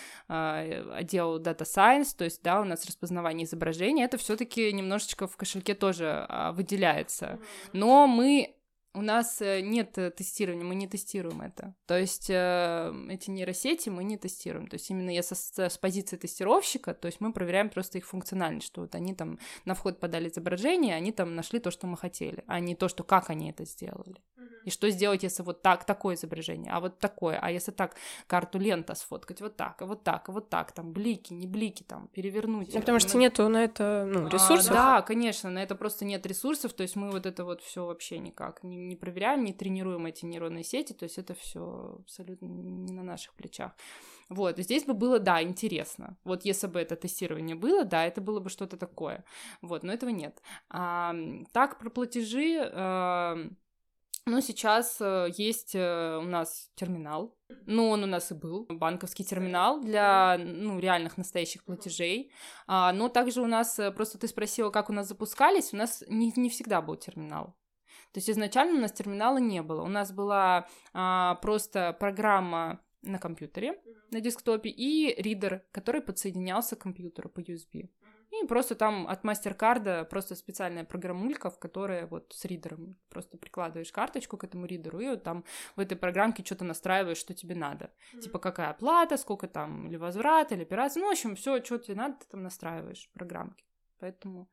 Speaker 2: отдел Data Science, то есть, да, у нас распознавание изображения, это все-таки немножечко в кошельке тоже выделяется, но у нас нет тестирования, мы не тестируем это. То есть эти нейросети мы не тестируем. То есть именно я с позиции тестировщика, то есть мы проверяем просто их функциональность, что вот они там на вход подали изображение, они там нашли то, что мы хотели, а не то, что как они это сделали. И что сделать, если вот так, такое изображение, а вот такое, а если так карту лента сфоткать, вот так, а вот так, а вот так, там блики, не блики, там перевернуть.
Speaker 1: Ну, потому что нету на это ресурсов.
Speaker 2: Да, конечно, на это просто нет ресурсов, то есть мы вот это вот все вообще никак не проверяем, не тренируем эти нейронные сети, то есть это все абсолютно не на наших плечах. Вот, и здесь бы было, да, интересно. Вот если бы это тестирование было, да, это было бы что-то такое. Вот, но этого нет. Так, про платежи... Ну, сейчас есть у нас терминал, ну, он у нас и был, банковский терминал для, ну, реальных настоящих платежей, но также у нас, просто ты спросила, как у нас запускались, у нас не всегда был терминал. То есть изначально у нас терминала не было, у нас была просто программа на компьютере, на десктопе, и ридер, который подсоединялся к компьютеру по USB. И просто там от MasterCard просто специальная программулька, в которой вот с ридером просто прикладываешь карточку к этому ридеру, и вот там в этой программке что-то настраиваешь, что тебе надо. Типа какая оплата, сколько там, или возврат, или операция. Ну, в общем, все, что тебе надо, ты там настраиваешь в программке. Поэтому...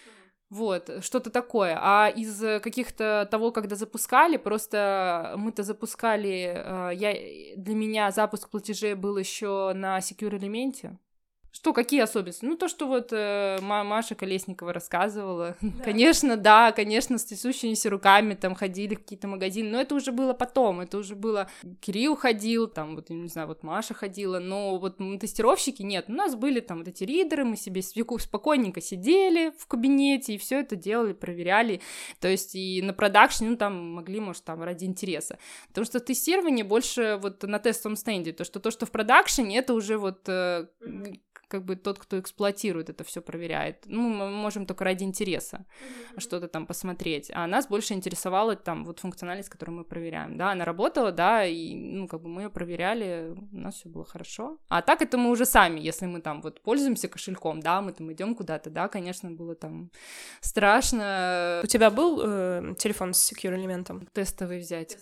Speaker 2: Вот, что-то такое. А из каких-то того, когда запускали, просто мы-то запускали... для меня запуск платежей был еще на Secure элементе. Что, какие особенности? Ну, то, что вот Маша Колесникова рассказывала. Да. Конечно, с трясущимися руками там ходили в какие-то магазины, но это уже было потом, это уже было... Кирилл ходил, там, вот, я не знаю, вот Маша ходила, но вот мы тестировщики, нет, у нас были там вот эти ридеры, мы себе спокойненько сидели в кабинете и все это делали, проверяли, то есть и на продакшне, ну, там могли, может, там ради интереса, потому что тестирование больше вот на тестовом стенде, то, что в продакшене, это уже вот... как бы тот, кто эксплуатирует это все проверяет. Ну, мы можем только ради интереса что-то там посмотреть. А нас больше интересовала там вот функциональность, которую мы проверяем. Да, она работала, да, и, ну, как бы мы ее проверяли, у нас все было хорошо. А так это мы уже сами, если мы там вот пользуемся кошельком, да, мы там идем куда-то, да, конечно, было там страшно.
Speaker 1: У тебя был телефон с Secure элементом?
Speaker 2: Тестовый взять?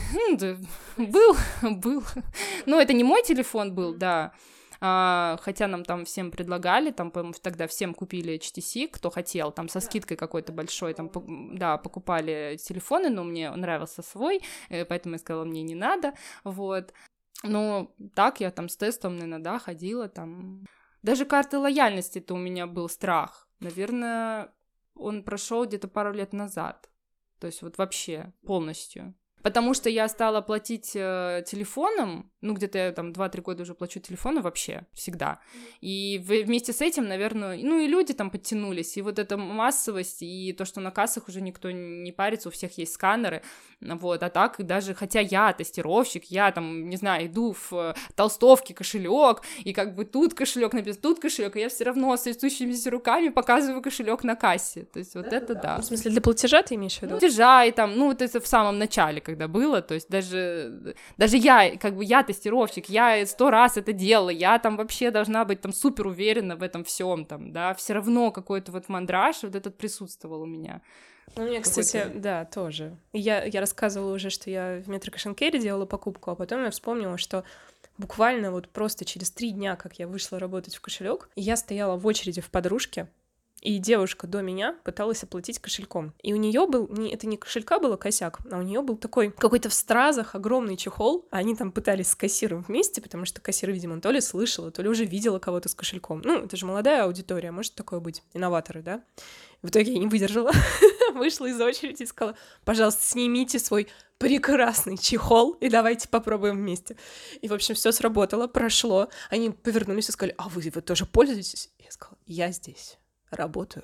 Speaker 2: Был. Ну, это не мой телефон был, да. Хотя нам там всем предлагали, там, по-моему, тогда всем купили HTC, кто хотел, там со скидкой какой-то большой, там, да, покупали телефоны, но мне нравился свой, поэтому я сказала, мне не надо, вот. Но так я там с тестом, наверное, да, ходила, там. Даже карты лояльности-то у меня был страх. Наверное, он прошел где-то пару лет назад, то есть вот вообще полностью. Потому что я стала платить телефоном, ну, где-то я там 2-3 года уже плачу телефоном вообще, всегда. И вместе с этим, наверное, ну, и люди там подтянулись, и вот эта массовость, и то, что на кассах уже никто не парится, у всех есть сканеры, вот, а так даже, хотя я тестировщик, я там, не знаю, иду в толстовке кошелек, и как бы тут кошелек написан, тут кошелек, и я все равно с трясущимися руками показываю кошелек на кассе, то есть вот это да.
Speaker 1: В смысле, для платежа ты имеешь в виду?
Speaker 2: Платежа, и там, ну, вот это в самом начале, когда было, то есть даже я, как бы я тестировщик, я 100 раз это делала, я там вообще должна быть там супер уверена в этом всем, там, да, все равно какой-то вот мандраж вот этот присутствовал у меня.
Speaker 1: Ну, мне, кстати, да, тоже. Я рассказывала уже, что я в Metro Cash & Carry делала покупку, а потом я вспомнила, что буквально вот просто через 3 дня, как я вышла работать в кошелек, я стояла в очереди в подружке, и девушка до меня пыталась оплатить кошельком. И у нее был, это не кошелька было косяк, а у нее был такой какой-то в стразах огромный чехол. Они там пытались с кассиром вместе, потому что кассир, видимо, то ли слышала, то ли уже видела кого-то с кошельком. Ну, это же молодая аудитория, может такое быть, инноваторы, да? В итоге я не выдержала, вышла из очереди и сказала: пожалуйста, снимите свой прекрасный чехол и давайте попробуем вместе. И, в общем, все сработало, прошло. Они повернулись и сказали: а вы тоже пользуетесь? Я сказала: я здесь работаю.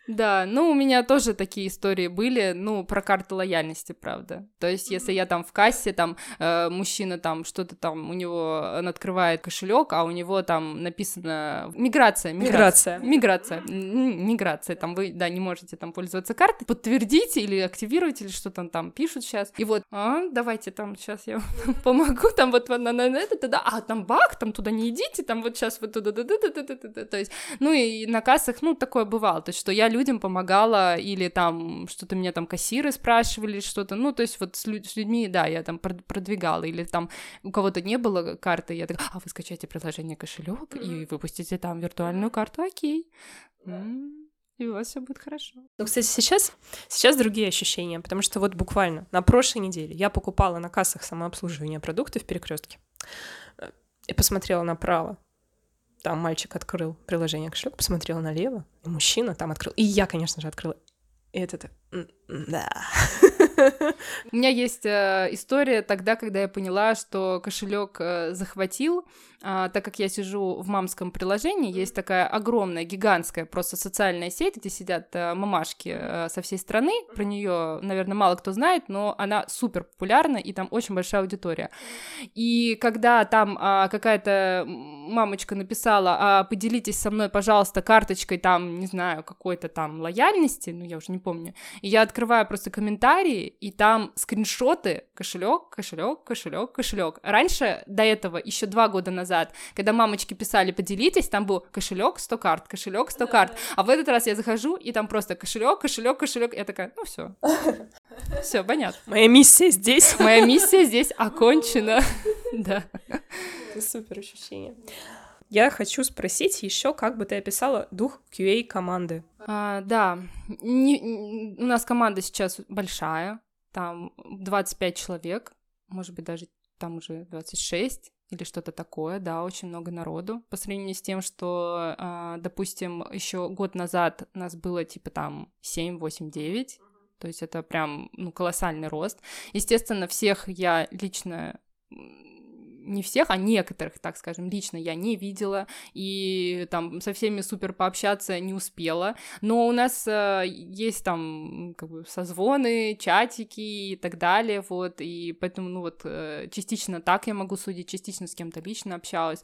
Speaker 2: Да, ну, у меня тоже такие истории были, ну, про карты лояльности, правда. То есть, если я там в кассе, там, мужчина там что-то там, у него, он открывает кошелек, а у него там написано миграция, там вы, да, не можете там пользоваться картой, подтвердите или активируйте, или что там пишут сейчас, и вот, давайте там, сейчас я помогу, там вот на это, тогда, там баг, там туда не идите, там вот сейчас вот туда, то есть, ну, и на кассах, ну, такое бывало, то есть, что я людям помогала, или там что-то меня там кассиры спрашивали, что-то, ну, то есть вот с людьми, да, я там продвигала, или там у кого-то не было карты, я такая, вы скачайте приложение кошелек и выпустите там виртуальную карту, окей, и у вас все будет хорошо.
Speaker 1: Ну, кстати, сейчас другие ощущения, потому что вот буквально на прошлой неделе я покупала на кассах самообслуживания продукты в Перекрестке и посмотрела направо. Там мальчик открыл приложение кошелек, посмотрел налево, и мужчина там открыл. И я, конечно же, открыла. И это да.
Speaker 2: У меня есть история тогда, когда я поняла, что кошелек захватил, так как я сижу в мамском приложении, есть такая огромная, гигантская просто социальная сеть, где сидят мамашки со всей страны, про нее, наверное, мало кто знает, но она супер популярна, и там очень большая аудитория. И когда там какая-то мамочка написала, поделитесь со мной, пожалуйста, карточкой там, не знаю, какой-то там лояльности, ну, я уже не помню, и я открываю просто комментарии, и там скриншоты, кошелек. Раньше, до этого, еще 2 года назад, когда мамочки писали «поделитесь», там был кошелек 100 карт, а в этот раз я захожу, и там просто кошелек, я такая, ну все, понятно.
Speaker 1: Моя миссия здесь
Speaker 2: окончена, да.
Speaker 1: Это супер ощущение. Я хочу спросить еще, как бы ты описала дух QA-команды?
Speaker 2: Да, у нас команда сейчас большая, там 25 человек, может быть, даже там уже 26 или что-то такое, да, очень много народу, по сравнению с тем, что, допустим, еще год назад нас было типа там 7, 8, 9, то есть это прям, ну, колоссальный рост. Естественно, всех я лично... Не всех, а некоторых, так скажем, лично я не видела, и там со всеми супер пообщаться не успела, но у нас есть там как бы созвоны, чатики и так далее, вот, и поэтому, ну вот, частично так я могу судить, частично с кем-то лично общалась,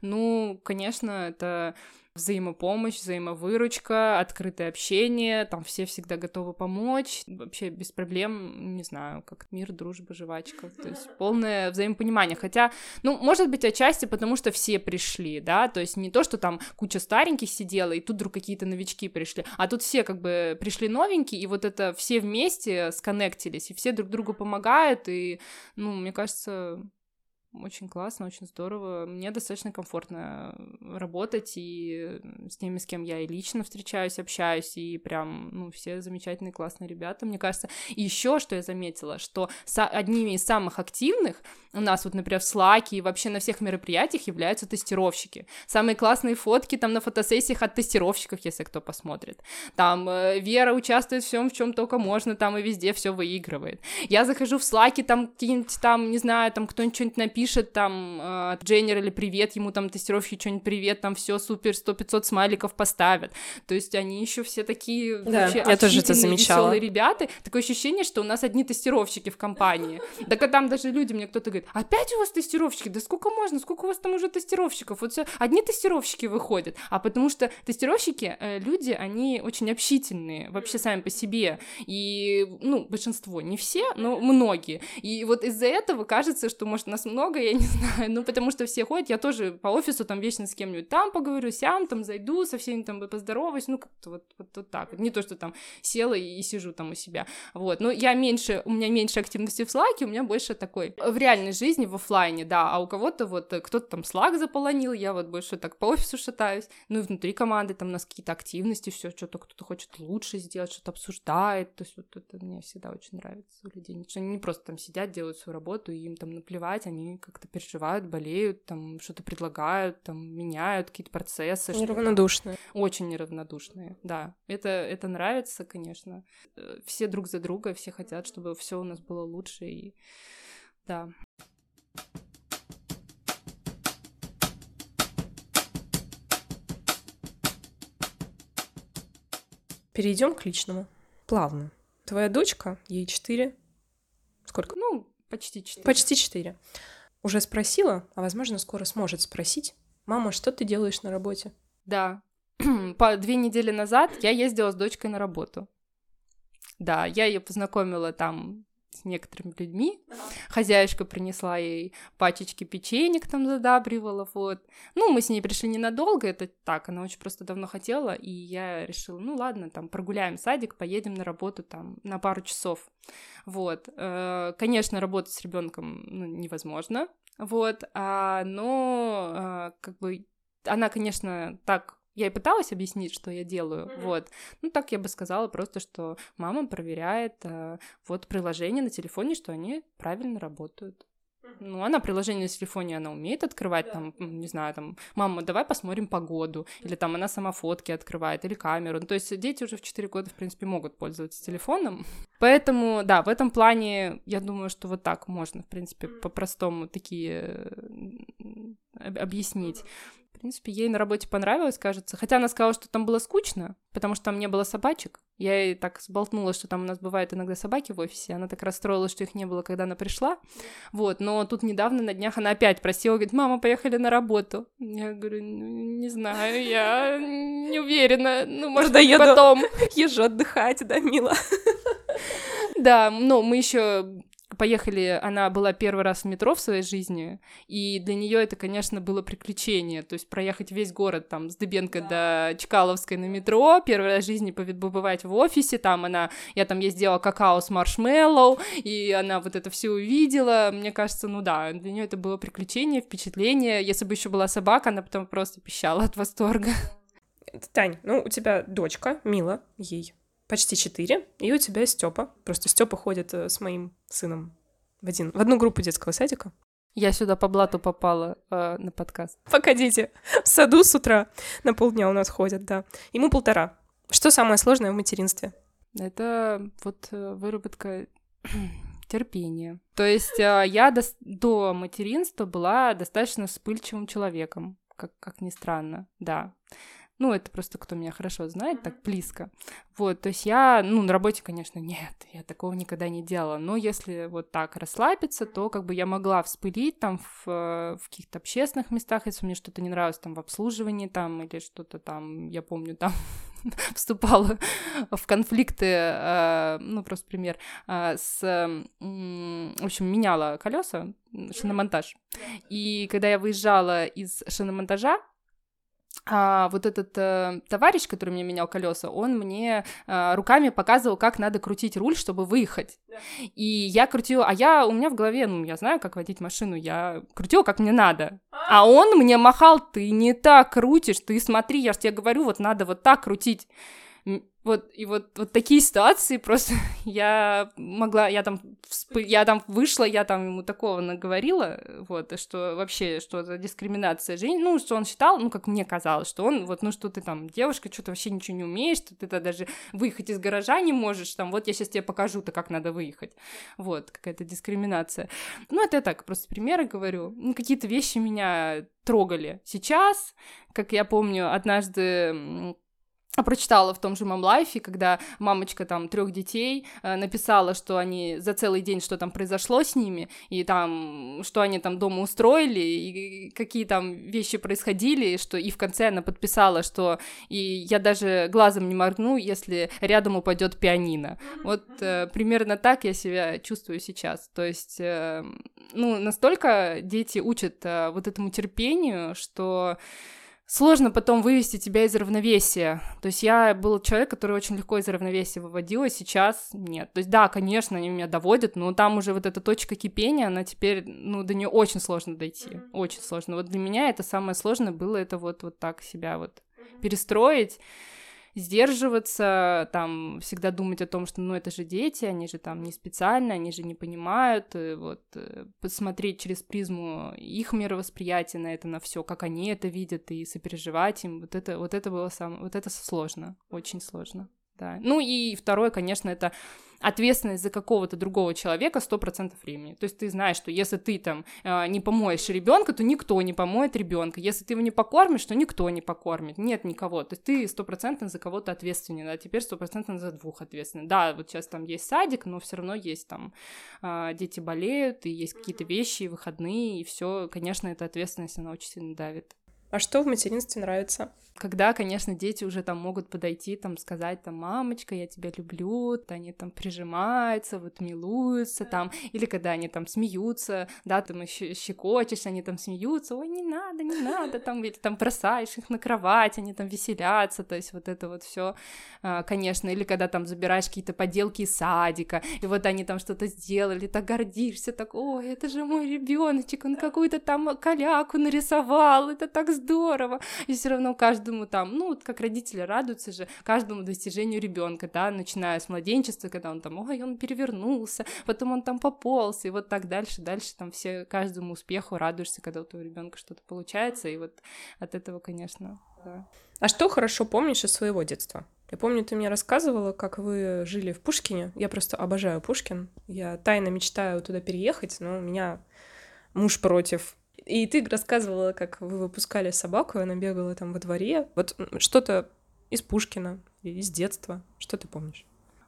Speaker 2: ну, конечно, это... взаимопомощь, взаимовыручка, открытое общение, там все всегда готовы помочь, вообще без проблем, не знаю, как мир, дружба, жвачка, то есть полное взаимопонимание, хотя, ну, может быть, отчасти потому, что все пришли, да, то есть не то, что там куча стареньких сидела, и тут вдруг какие-то новички пришли, а тут все как бы пришли новенькие, и вот это все вместе сконнектились, и все друг другу помогают, и, ну, мне кажется... Очень классно, очень здорово. Мне достаточно комфортно работать, и с теми, с кем я и лично встречаюсь, общаюсь, и прям, ну, все замечательные, классные ребята, мне кажется. И еще, что я заметила, что одними из самых активных у нас вот, например, в Slack и вообще на всех мероприятиях являются тестировщики. Самые классные фотки там на фотосессиях от тестировщиков, если кто посмотрит. Там Вера участвует в всем, в чем только можно, там и везде все выигрывает. Я захожу в Slack, там какие-нибудь там, не знаю, там кто-нибудь что-нибудь напишет, там Дженнер или привет, ему там тестировщики что-нибудь привет, там все супер, 100-500 смайликов поставят. То есть они еще все такие
Speaker 1: да,
Speaker 2: вообще
Speaker 1: я тоже это замечала.
Speaker 2: Веселые ребята. Такое ощущение, что у нас одни тестировщики в компании. Так а там даже люди, мне кто-то говорит, опять у вас тестировщики? Да сколько можно? Сколько у вас там уже тестировщиков? Вот все одни тестировщики выходят. А потому что тестировщики, люди, они очень общительные вообще сами по себе. И, ну, большинство, не все, но многие. И вот из-за этого кажется, что, может, нас много, я не знаю, ну, потому что все ходят, я тоже по офису там вечно с кем-нибудь там поговорю, сям, там зайду, со всеми там поздороваюсь, ну, как-то вот так вот. Не то, что там села и сижу там у себя. Вот. Но у меня меньше активности в Slack, у меня больше такой в реальной жизни, в офлайне, да, а у кого-то вот кто-то там Slack заполонил, я вот больше так по офису шатаюсь, ну и внутри команды там у нас какие-то активности, все что-то кто-то хочет лучше сделать, что-то обсуждает, то есть вот это мне всегда очень нравится у людей, что они не просто там сидят, делают свою работу, и им там наплевать, они как-то переживают, болеют, там что-то предлагают, там меняют какие-то процессы.
Speaker 1: Неравнодушные.
Speaker 2: Очень неравнодушные, да, это нравится, конечно, все друг за друга, все хотят, чтобы все у нас было лучше, и да.
Speaker 1: В Перейдем к личному. Плавно. Твоя дочка, ей 4. Сколько?
Speaker 2: Почти 4.
Speaker 1: Почти 4. Уже спросила, а возможно, скоро сможет спросить. Мама, что ты делаешь на работе?
Speaker 2: Да. 2 недели назад я ездила с дочкой на работу. Да, я ее познакомила там с некоторыми людьми. Хозяюшка принесла ей пачечки печенек, там задабривала, вот. Мы с ней пришли ненадолго, это так, она очень просто давно хотела, и я решила, ладно, там, прогуляем садик, поедем на работу там на пару часов, вот. Конечно, работать с ребенком невозможно, вот, но как бы она, конечно, так. Я и пыталась объяснить, что я делаю, вот. Так я бы сказала просто, что мама проверяет приложения на телефоне, что они правильно работают. Она приложение на телефоне, она умеет открывать, там, не знаю, там, мама, давай посмотрим погоду, или там она сама фотки открывает, или камеру. То есть дети уже в 4 года, в принципе, могут пользоваться телефоном. Поэтому, да, в этом плане, я думаю, что вот так можно, в принципе, по-простому такие объяснить. В принципе, ей на работе понравилось, кажется. Хотя она сказала, что там было скучно, потому что там не было собачек. Я ей так сболтнула, что там у нас бывают иногда собаки в офисе. Она так расстроилась, что их не было, когда она пришла. Вот, но тут недавно на днях она опять просила, говорит, мама, поехали на работу. Я говорю, не знаю, я не уверена. Может, потом.
Speaker 1: Езжу отдыхать, да, мила?
Speaker 2: Да, мы еще поехали, она была первый раз в метро в своей жизни, и для нее это, конечно, было приключение, то есть проехать весь город там с Дыбенко до Чкаловской на метро, первый раз в жизни побывать в офисе, я там ей сделала какао с маршмеллоу, и она вот это все увидела, мне кажется, для нее это было приключение, впечатление, если бы еще была собака, она потом просто пищала от восторга.
Speaker 1: Тань, у тебя дочка, Мила, ей почти 4, и у тебя Степа. Просто Степа ходит с моим сыном в одну группу детского садика.
Speaker 2: Я сюда по блату попала на подкаст.
Speaker 1: Погодите, в саду с утра на полдня у нас ходят, да. Ему 1,5. Что самое сложное в материнстве?
Speaker 2: Это выработка терпения. То есть я до материнства была достаточно вспыльчивым человеком, как ни странно, да. Это просто кто меня хорошо знает, так близко. Вот, то есть я, на работе, конечно, нет, я такого никогда не делала. Но если вот так расслабиться, то как бы я могла вспылить там в каких-то общественных местах, если мне что-то не нравилось там в обслуживании там или что-то там, я помню, там вступала в конфликты, просто пример, в общем, меняла колеса, шиномонтаж. И когда я выезжала из шиномонтажа, вот этот товарищ, который мне менял колеса, он мне руками показывал, как надо крутить руль, чтобы выехать. И я крутила, у меня в голове, я знаю, как водить машину, я крутила, как мне надо. А он мне махал, ты не так крутишь, ты смотри, я же тебе говорю, вот надо вот так крутить. Вот такие ситуации просто я там вышла, я там ему такого наговорила, вот, что вообще, что за дискриминация женщин, что он считал, как мне казалось, что он, что ты там, девушка, что ты вообще ничего не умеешь, что ты даже выехать из гаража не можешь, там, вот я сейчас тебе покажу-то, как надо выехать, вот, какая-то дискриминация. Это я так, просто примеры говорю, какие-то вещи меня трогали. Сейчас, как я помню, однажды прочитала в том же Мамлайфе, когда мамочка там 3 детей написала, что они за целый день, что там произошло с ними, и там, что они там дома устроили, и какие там вещи происходили, и в конце она подписала, что и я даже глазом не моргну, если рядом упадет пианино. Вот примерно так я себя чувствую сейчас. То есть, настолько дети учат вот этому терпению, что сложно потом вывести тебя из равновесия. То есть я был человек, который очень легко из равновесия выводила, сейчас нет. То есть да, конечно, они меня доводят, но там уже вот эта точка кипения, она теперь, до нее очень сложно дойти, очень сложно. Вот для меня это самое сложное было, это вот так себя вот перестроить, сдерживаться, там, всегда думать о том, что, это же дети, они же там не специально, они же не понимают, посмотреть через призму их мировосприятия на это, на все, как они это видят, и сопереживать им, вот это было вот это сложно, очень сложно, да. И второе, конечно, это ответственность за какого-то другого человека 100% времени. То есть ты знаешь, что если ты там не помоешь ребенка, то никто не помоет ребенка. Если ты его не покормишь, то никто не покормит. Нет никого. То есть ты 100% за кого-то ответственен, а теперь 100% за двух ответственен. Да, вот сейчас там есть садик, но все равно есть там дети болеют, и есть какие-то вещи, и выходные, и все. Конечно, эта ответственность, она очень сильно давит.
Speaker 1: А что в материнстве нравится?
Speaker 2: Когда, конечно, дети уже там могут подойти, там, сказать, там, мамочка, я тебя люблю, они там прижимаются, вот милуются там, или когда они там смеются, да, там щекочешь, они там смеются, ой, не надо, там, или там бросаешь их на кровать, они там веселятся, то есть вот это вот все, конечно, или когда там забираешь какие-то поделки из садика, и вот они там что-то сделали, так гордишься, так, ой, это же мой ребеночек, он какую-то там каляку нарисовал, это так здорово, и все равно каждому там, ну, вот как родители радуются же каждому достижению ребенка, да, начиная с младенчества, когда он там, ой, он перевернулся, потом он там пополз, и вот так дальше там все каждому успеху радуешься, когда у твоего ребенка что-то получается, и вот от этого, конечно, да.
Speaker 1: А что хорошо помнишь из своего детства? Я помню, ты мне рассказывала, как вы жили в Пушкине. Я просто обожаю Пушкин. Я тайно мечтаю туда переехать, но у меня муж против. И ты рассказывала, как вы выпускали собаку, и она бегала там во дворе. Вот что-то из Пушкина, из детства. Что ты помнишь?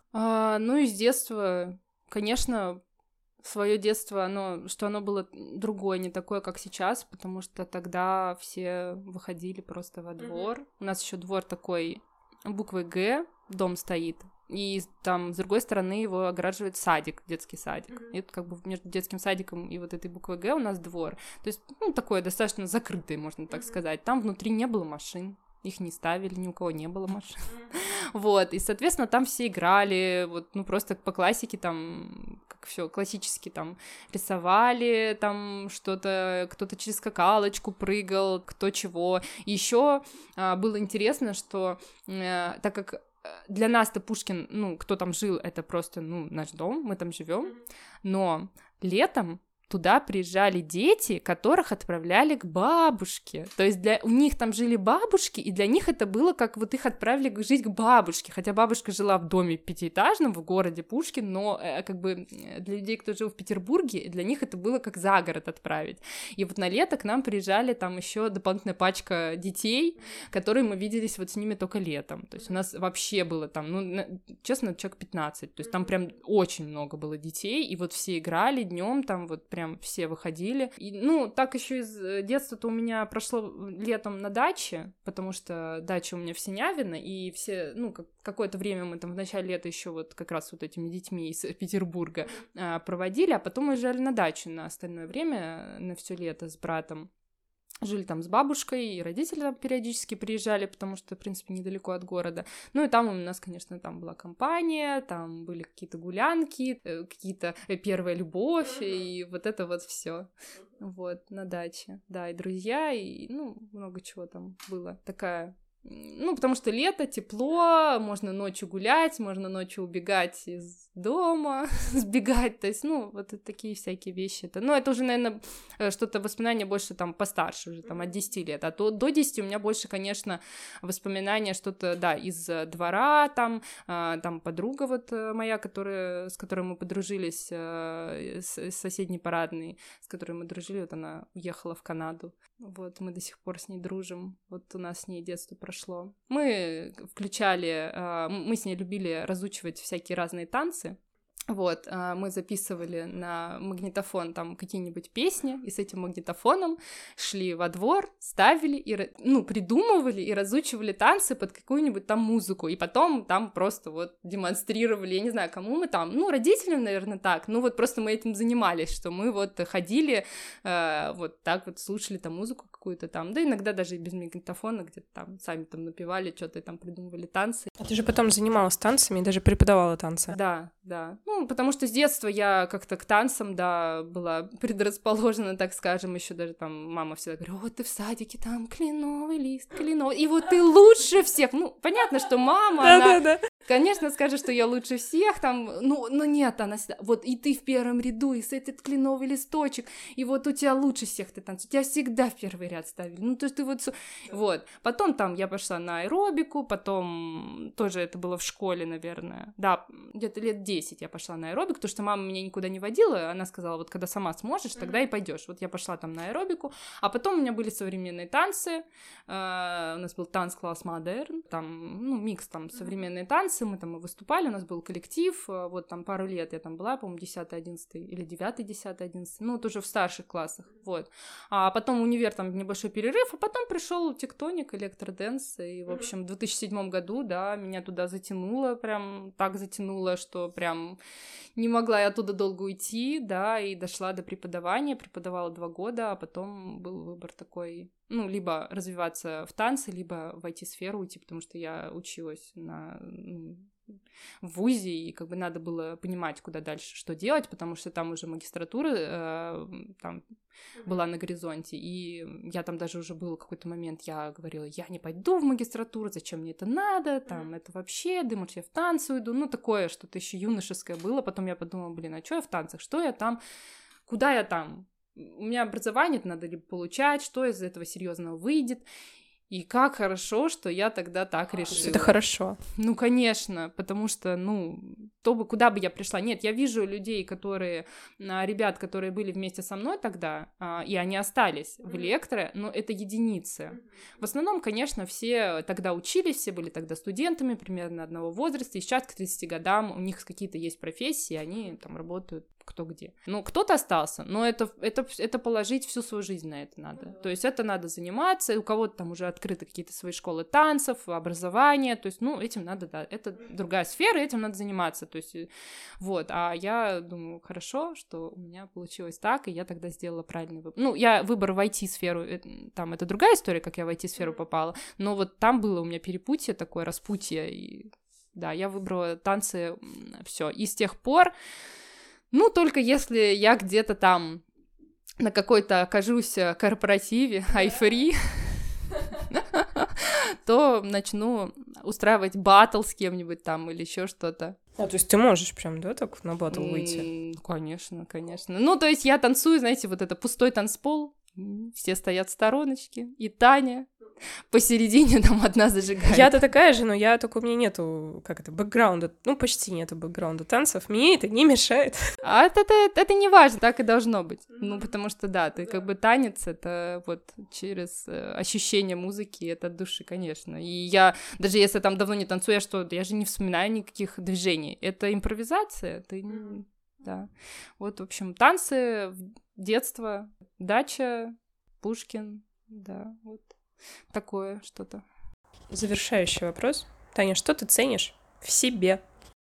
Speaker 2: Ну, из детства, конечно, свое детство, оно было другое, не такое, как сейчас, потому что тогда все выходили просто во двор. У нас еще двор такой буквой «Г», дом стоит, и там с другой стороны его огораживает садик, детский садик. И вот как бы между детским садиком и вот этой буквой «Г» у нас двор. То есть, такое достаточно закрытое, можно так сказать. Там внутри не было машин, их не ставили, ни у кого не было машин. Вот, и, соответственно, там все играли, вот, просто по классике, там, как все классически, там, рисовали, там, что-то, кто-то через скакалочку прыгал, кто чего. И еще было интересно, что, так как для нас-то Пушкин, кто там жил, это просто, наш дом, мы там живем, но летом туда приезжали дети, которых отправляли к бабушке. То есть у них там жили бабушки, и для них это было как вот их отправили жить к бабушке. Хотя бабушка жила в доме пятиэтажном в городе Пушкин, но как бы для людей, кто жил в Петербурге, для них это было как за город отправить. И вот на лето к нам приезжали там еще дополнительная пачка детей, которые мы виделись вот с ними только летом. То есть у нас вообще было там, честно, человек 15. То есть там прям очень много было детей, и вот все играли днем, там вот прям все выходили. И, так еще из детства-то у меня прошло летом на даче, потому что дача у меня в Синявино, и все, какое-то время мы там в начале лета еще вот как раз вот этими детьми из Петербурга проводили, а потом уезжали на дачу на остальное время, на все лето с братом. Жили там с бабушкой, и родители там периодически приезжали, потому что, в принципе, недалеко от города. И там у нас, конечно, там была компания, там были какие-то гулянки, какие-то первая любовь, и вот это вот все. Вот, на даче. Да, и друзья, и, много чего там было. Такая... потому что лето, тепло, можно ночью гулять, можно ночью убегать из дома, сбегать, то есть, вот такие всякие вещи. Это уже, наверное, что-то воспоминания больше там постарше, уже там от 10 лет, а то до 10 у меня больше, конечно, воспоминания что-то, да, из двора, там подруга вот моя, с которой мы подружились, с соседней парадной, с которой мы дружили, вот она уехала в Канаду, вот, мы до сих пор с ней дружим, вот у нас с ней детство прошло. Мы с ней любили разучивать всякие разные танцы. Вот, мы записывали на магнитофон там какие-нибудь песни, и с этим магнитофоном шли во двор, ставили, и, придумывали и разучивали танцы под какую-нибудь там музыку, и потом там просто вот демонстрировали, я не знаю, кому мы там, родителям, наверное, так, вот просто мы этим занимались, что мы вот ходили, вот так вот слушали там музыку какую-то там, да иногда даже и без магнитофона где-то там сами там напевали, что-то там придумывали танцы.
Speaker 1: А ты же потом занималась танцами и даже преподавала танцы.
Speaker 2: Да. Потому что с детства я как-то к танцам, да, была предрасположена, так скажем, еще даже там мама всегда говорила, вот ты в садике, там кленовый лист, кленовый, и вот ты лучше всех. Понятно, что мама, она, конечно, скажет, что я лучше всех, там, но нет, она всегда, вот и ты в первом ряду, и с этот кленовый листочек, и вот у тебя лучше всех ты танцуешь, у тебя всегда в первый ряд ставили. Ну, то есть ты вот. Потом там я пошла на аэробику, потом тоже это было в школе, наверное. Да, где-то лет 10 я пошла на аэробик, потому что мама меня никуда не водила, она сказала, вот когда сама сможешь, тогда и пойдешь. Вот я пошла там на аэробику, а потом у меня были современные танцы, у нас был танц-класс модерн, там, ну, микс там современные танцы, мы там и выступали, у нас был коллектив, вот там пару лет я там была, по-моему, 10-11 или 9-10-11, ну, вот уже в старших классах, вот. А потом универ, там небольшой перерыв, а потом пришел тектоник, электродэнс, и, в общем, в 2007 году, да, меня туда затянуло, прям так затянуло, что прям не могла я оттуда долго уйти, да, и дошла до преподавания, преподавала 2 года, а потом был выбор такой, ну, либо развиваться в танце, либо в IT-сферу уйти, потому что я училась в вузе, и как бы надо было понимать, куда дальше, что делать, потому что там уже магистратура там была на горизонте, и я там даже уже был какой-то момент, я говорила, я не пойду в магистратуру, зачем мне это надо, там, это вообще, да, может, я в танцы уйду, ну, такое что-то еще юношеское было, потом я подумала, блин, а что я в танцах, что я там, куда я там, у меня образование надо либо получать, что из этого серьезного выйдет. И как хорошо, что я тогда так решила.
Speaker 1: Это хорошо.
Speaker 2: Ну, конечно, потому что, ну, куда бы я пришла. Нет, я вижу людей, ребят, которые были вместе со мной тогда, и они остались в электро, но это единицы. В основном, конечно, все тогда учились, все были тогда студентами примерно одного возраста, и сейчас к 30 годам у них какие-то есть профессии, они там работают кто где. Ну, кто-то остался, но это положить всю свою жизнь на это надо. То есть это надо заниматься, у кого-то там уже открыты какие-то свои школы танцев, образование, то есть, ну, этим надо, да, это другая сфера, этим надо заниматься, то есть, вот, а я думаю, хорошо, что у меня получилось так, и я тогда сделала правильный выбор. Ну, выбор в IT-сферу, там, это другая история, как я в IT-сферу попала, но вот там было у меня перепутье такое, распутье, и, да, я выбрала танцы, все, и с тех пор, ну, только если я где-то там на какой-то окажусь корпоративе, iFree, то начну устраивать баттл с кем-нибудь там или еще что-то.
Speaker 1: То есть ты можешь прям, да, так на баттл выйти?
Speaker 2: Конечно, конечно. Ну, то есть я танцую, знаете, вот это пустой танцпол, все стоят в стороночке, и Таня посередине там одна зажигает.
Speaker 1: Я-то такая же, но только у меня нету, бэкграунда, ну, почти нету бэкграунда танцев, мне это не мешает.
Speaker 2: А это не важно, так и должно быть. Ну, потому что, да, ты как бы танец, это вот через ощущение музыки, это от души, конечно. И я, даже если там давно не танцую, я же не вспоминаю никаких движений. Это импровизация, да. Вот, в общем, танцы, детство, дача, Пушкин, да, вот. Такое что-то.
Speaker 1: Завершающий вопрос. Таня, что ты ценишь в себе?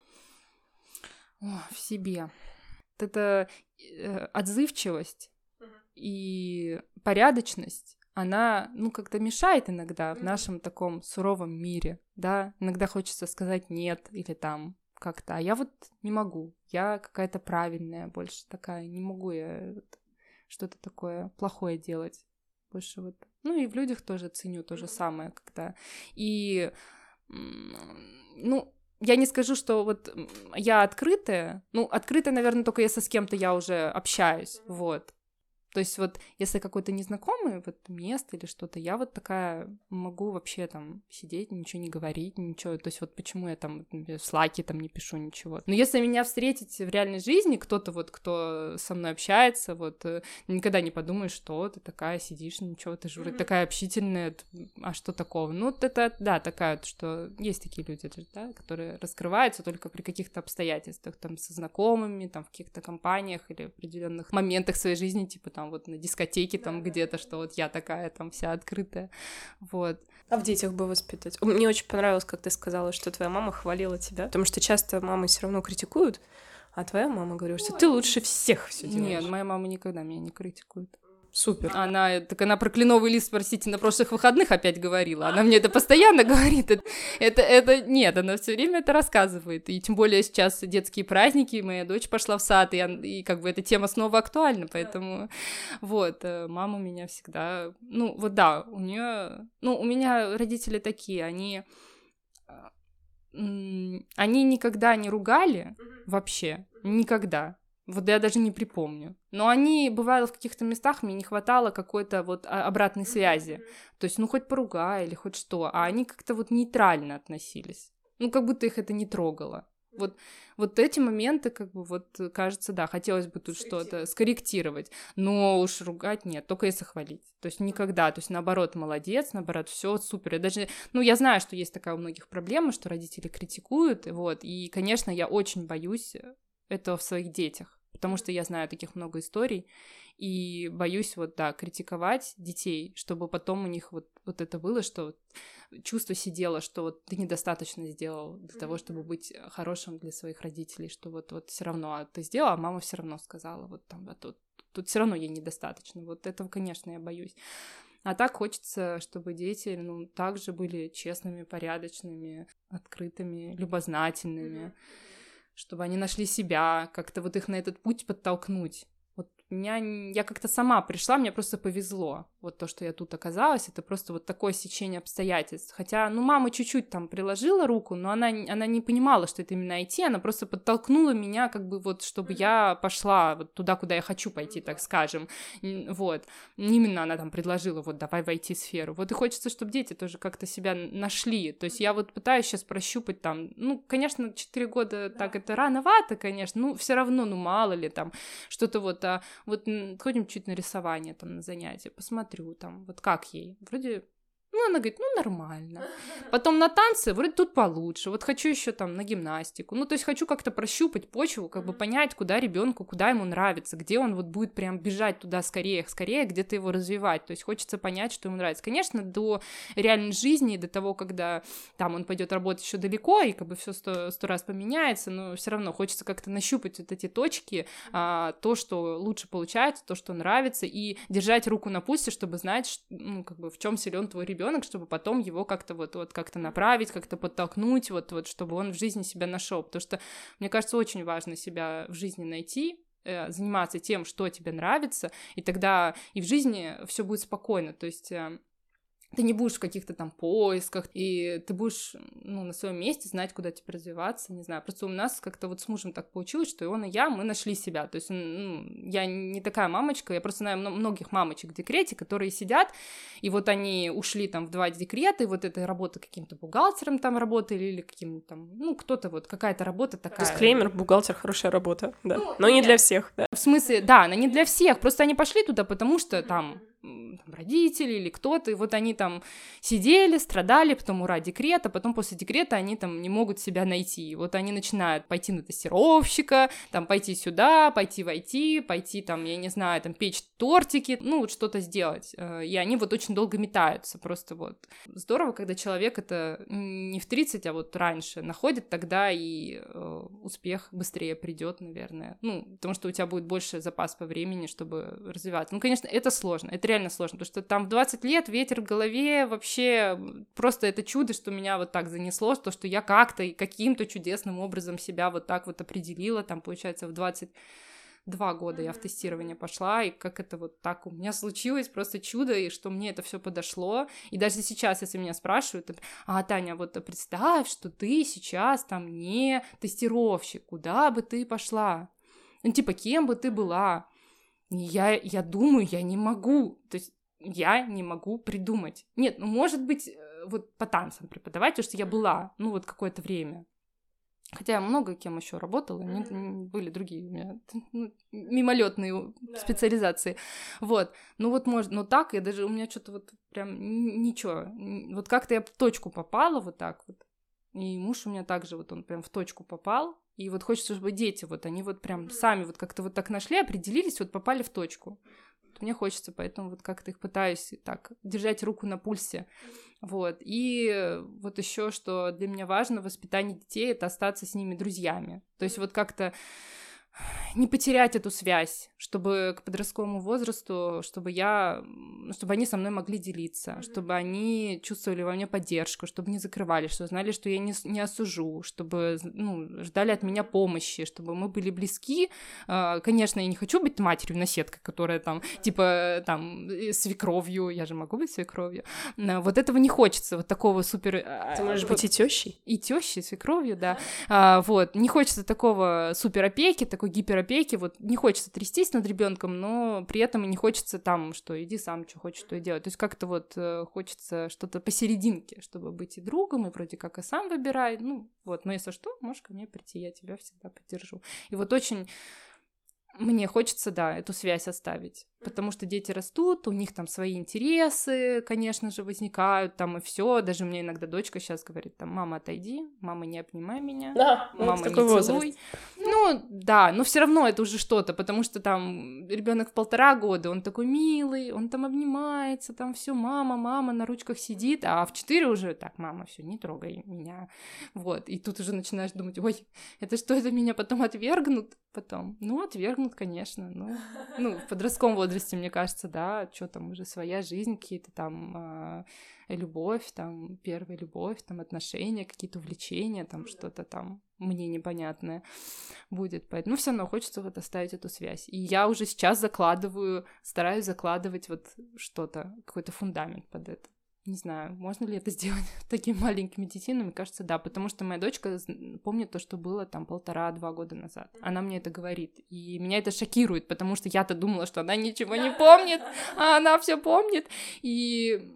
Speaker 2: В себе. Это отзывчивость и порядочность, она, ну, как-то мешает иногда в нашем таком суровом мире, да? Иногда хочется сказать «нет» или там как-то, а я вот не могу. Я какая-то правильная больше такая, не могу я что-то такое плохое делать. Больше вот. Ну, и в людях тоже ценю то же самое, когда... И, ну, я не скажу, что вот я открытая. Ну, открытая, наверное, только если с кем-то я уже общаюсь, вот. То есть вот если какой-то незнакомый вот место или что-то, я вот такая могу вообще там сидеть, ничего не говорить, ничего. То есть вот почему я там в слаке там не пишу ничего. Но если меня встретить в реальной жизни, кто-то вот, кто со мной общается, вот никогда не подумаешь, что ты такая сидишь, ничего, ты же вроде такая общительная, а что такого? Ну, это, да, такая, что есть такие люди, да, которые раскрываются только при каких-то обстоятельствах, там, со знакомыми, там, в каких-то компаниях или определенных моментах своей жизни, типа там вот на дискотеке там где-то, что вот я такая там вся открытая, вот.
Speaker 1: А в детях бы воспитать? Мне очень понравилось, как ты сказала, что твоя мама хвалила тебя, потому что часто мамы все равно критикуют, а твоя мама говорит, что ты лучше всех все делаешь.
Speaker 2: Нет, моя мама никогда меня не критикует.
Speaker 1: Супер.
Speaker 2: Она про кленовый лист, простите, на прошлых выходных опять говорила. Она мне это постоянно говорит. Нет, она все время это рассказывает. И тем более сейчас детские праздники, моя дочь пошла в сад, и как бы эта тема снова актуальна, поэтому вот, мама меня всегда... Ну, вот да, у меня родители такие, они никогда не ругали вообще, никогда. Вот я даже не припомню. Но они, бывало, в каких-то местах мне не хватало какой-то вот обратной связи. То есть, ну, хоть поругай или хоть что. А они как-то вот нейтрально относились. Ну, как будто их это не трогало. Вот эти моменты, как бы, вот, кажется, да, хотелось бы тут что-то скорректировать. Но уж ругать нет, только если хвалить. То есть никогда, то есть наоборот, молодец, наоборот, все супер. Я даже, ну, я знаю, что есть такая у многих проблема, что родители критикуют, вот, и, конечно, я очень боюсь этого в своих детях. Потому что я знаю таких много историй, и боюсь вот, да, критиковать детей, чтобы потом у них вот это было, что чувство сидело, что вот ты недостаточно сделал для того, чтобы быть хорошим для своих родителей, что вот все равно ты сделал, а мама все равно сказала, вот там, а тут все равно ей недостаточно. Вот этого, конечно, я боюсь. А так хочется, чтобы дети, ну, также были честными, порядочными, открытыми, любознательными, чтобы они нашли себя, как-то вот их на этот путь подтолкнуть. Вот я как-то сама пришла, мне просто повезло. Вот то, что я тут оказалась, это просто вот такое стечение обстоятельств. Хотя, ну, мама чуть-чуть там приложила руку, но она не понимала, что это именно IT, она просто подтолкнула меня, как бы вот, чтобы я пошла вот туда, куда я хочу пойти, так скажем. Вот. Именно она там предложила, вот, давай в IT-сферу. Вот и хочется, чтобы дети тоже как-то себя нашли. То есть я вот пытаюсь сейчас прощупать там, ну, конечно, 4 года так это рановато, конечно, ну, все равно, ну, мало ли там, что-то вот, вот ходим чуть на рисование там на занятия, посмотрю там, вот как ей, вроде, ну, она говорит, ну, нормально. Потом на танцы, вроде тут получше, вот хочу еще там на гимнастику, ну, то есть хочу как-то прощупать почву, как бы понять, куда ребенку, куда ему нравится, где он вот будет прям бежать туда скорее, где-то его развивать, то есть хочется понять, что ему нравится. Конечно, до реальной жизни, до того, когда там он пойдет работать еще далеко, и как бы все 100 раз поменяется, но все равно хочется как-то нащупать вот эти точки, то, что лучше получается, то, что нравится, и держать руку на пульсе, чтобы знать, ну, как бы в чем силен твой ребенок, чтобы потом его как-то вот как-то направить, как-то подтолкнуть, вот чтобы он в жизни себя нашел, потому что, мне кажется, очень важно себя в жизни найти, заниматься тем, что тебе нравится, и тогда и в жизни все будет спокойно, то есть ты не будешь в каких-то там поисках, и ты будешь, ну, на своем месте знать, куда тебе развиваться, не знаю. Просто у нас как-то вот с мужем так получилось, что и он, и я, мы нашли себя. То есть, ну, я не такая мамочка, я просто знаю многих мамочек в декрете, которые сидят, и вот они ушли там в 2 декрета, и вот эта работа каким-то бухгалтером там работали, или каким-то там, ну, кто-то вот, какая-то работа такая.
Speaker 1: Дисклеймер, бухгалтер — хорошая работа, да. Ну, но не для всех, да.
Speaker 2: В смысле, да, она не для всех, просто они пошли туда, потому что там родители или кто-то, и вот они там сидели, страдали, потом ура, декрет, а потом после декрета они там не могут себя найти. И вот они начинают пойти на тестировщика, там пойти сюда, пойти в IT, пойти там, я не знаю, там печь тортики, ну вот что-то сделать. И они вот очень долго метаются, просто вот. Здорово, когда человек это не в 30, а вот раньше находит, тогда и успех быстрее придет, наверное. Ну, потому что у тебя будет больше запас по времени, чтобы развиваться. Ну, конечно, это сложно, это реально сложно, потому что там в 20 лет ветер в голове, вообще просто это чудо, что меня вот так занесло, то, что я как-то и каким-то чудесным образом себя вот так вот определила, там, получается, в 22 года я в тестирование пошла, и как это вот так у меня случилось, просто чудо, и что мне это все подошло, и даже сейчас, если меня спрашивают, Таня, вот представь, что ты сейчас там не тестировщик, куда бы ты пошла? Ну, типа, кем бы ты была? Я думаю, я не могу, то есть я не могу придумать. Нет, ну, может быть, вот по танцам преподавать, потому что я была, ну, вот какое-то время. Хотя я много кем еще работала, были другие у меня мимолетные специализации. Вот, ну вот может, но так, я даже, у меня что-то вот прям ничего. Вот как-то я в точку попала вот так вот. И муж у меня также вот он прям в точку попал. И вот хочется, чтобы дети вот, они вот прям сами вот как-то вот так нашли, определились, вот попали в точку. Вот мне хочется, поэтому вот как-то их пытаюсь так держать руку на пульсе. Вот. И вот еще, что для меня важно в воспитании детей, это остаться с ними друзьями. То есть вот как-то не потерять эту связь, чтобы к подростковому возрасту, чтобы они со мной могли делиться, чтобы они чувствовали во мне поддержку, чтобы не закрывали, чтобы знали, что я не осужу, чтобы, ждали от меня помощи, чтобы мы были близки. Конечно, я не хочу быть матерью-наседкой, которая там, типа, там, свекровью, я же могу быть свекровью. Вот этого не хочется, вот такого супер...
Speaker 1: Ты можешь быть и тещей.
Speaker 2: И тещей, свекровью, да. Вот, не хочется такого супер опеки, такой гиперопеки, опеки, вот не хочется трястись над ребенком, но при этом и не хочется там, что иди сам, что хочешь, то и делай. То есть как-то вот хочется что-то посерединке, чтобы быть и другом, и вроде как и сам выбирай, ну вот, но если что, можешь ко мне прийти, я тебя всегда поддержу. И вот очень мне хочется, да, эту связь оставить, потому что дети растут, у них там свои интересы, конечно же, возникают там и все. Даже мне иногда дочка сейчас говорит, там, мама, отойди, мама, не обнимай меня,
Speaker 1: да,
Speaker 2: мама,
Speaker 1: такой
Speaker 2: не
Speaker 1: возраст.
Speaker 2: целуй. Ну, да, но все равно это уже что-то, потому что там ребенок в 1,5 года, он такой милый, он там обнимается, там все, мама на ручках сидит, а в 4 уже, так, мама, все, не трогай меня, вот, и тут уже начинаешь думать, ой, это что, это меня потом отвергнут? Потом, ну, отвергнут, конечно, ну, в подростковом возрасте, мне кажется, да, что там уже своя жизнь, какие-то там любовь, там, первая любовь, там, отношения, какие-то увлечения, там, что-то там мне непонятное будет, поэтому все равно хочется вот оставить эту связь, и я уже сейчас стараюсь закладывать вот что-то, какой-то фундамент под это. Не знаю, можно ли это сделать такими маленькими детьми, но мне кажется, да, потому что моя дочка помнит то, что было там 1,5-2 года назад. Она мне это говорит, и меня это шокирует, потому что я-то думала, что она ничего не помнит, а она все помнит, и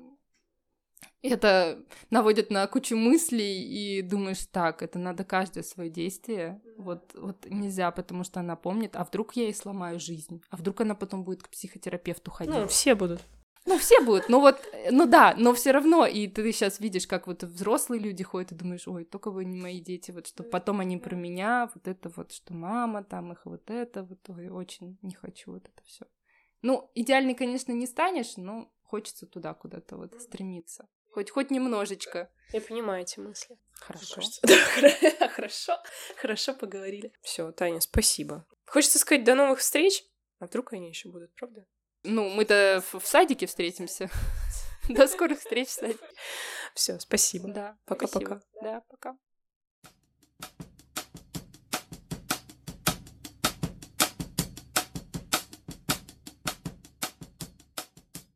Speaker 2: это наводит на кучу мыслей, и думаешь, так, это надо каждое свое действие, вот нельзя, потому что она помнит, а вдруг я ей сломаю жизнь, а вдруг она потом будет к психотерапевту ходить.
Speaker 1: Ну, все будут.
Speaker 2: Ну, все будут, ну да, но все равно, и ты сейчас видишь, как вот взрослые люди ходят, и думаешь, ой, только вы не мои дети, вот что потом они про меня, вот это вот, что мама там их вот это, вот, ой, очень не хочу вот это все. Ну, идеальный, конечно, не станешь, но хочется туда куда-то вот стремиться, хоть немножечко.
Speaker 1: Я понимаю эти мысли.
Speaker 2: Хорошо.
Speaker 1: Да, хорошо поговорили. Все, Таня, спасибо. Хочется сказать до новых встреч, а вдруг они еще будут, правда?
Speaker 2: Ну, мы-то в садике встретимся. До скорых встреч в садике.
Speaker 1: Все, спасибо.
Speaker 2: Да,
Speaker 1: пока-пока.
Speaker 2: Да, пока.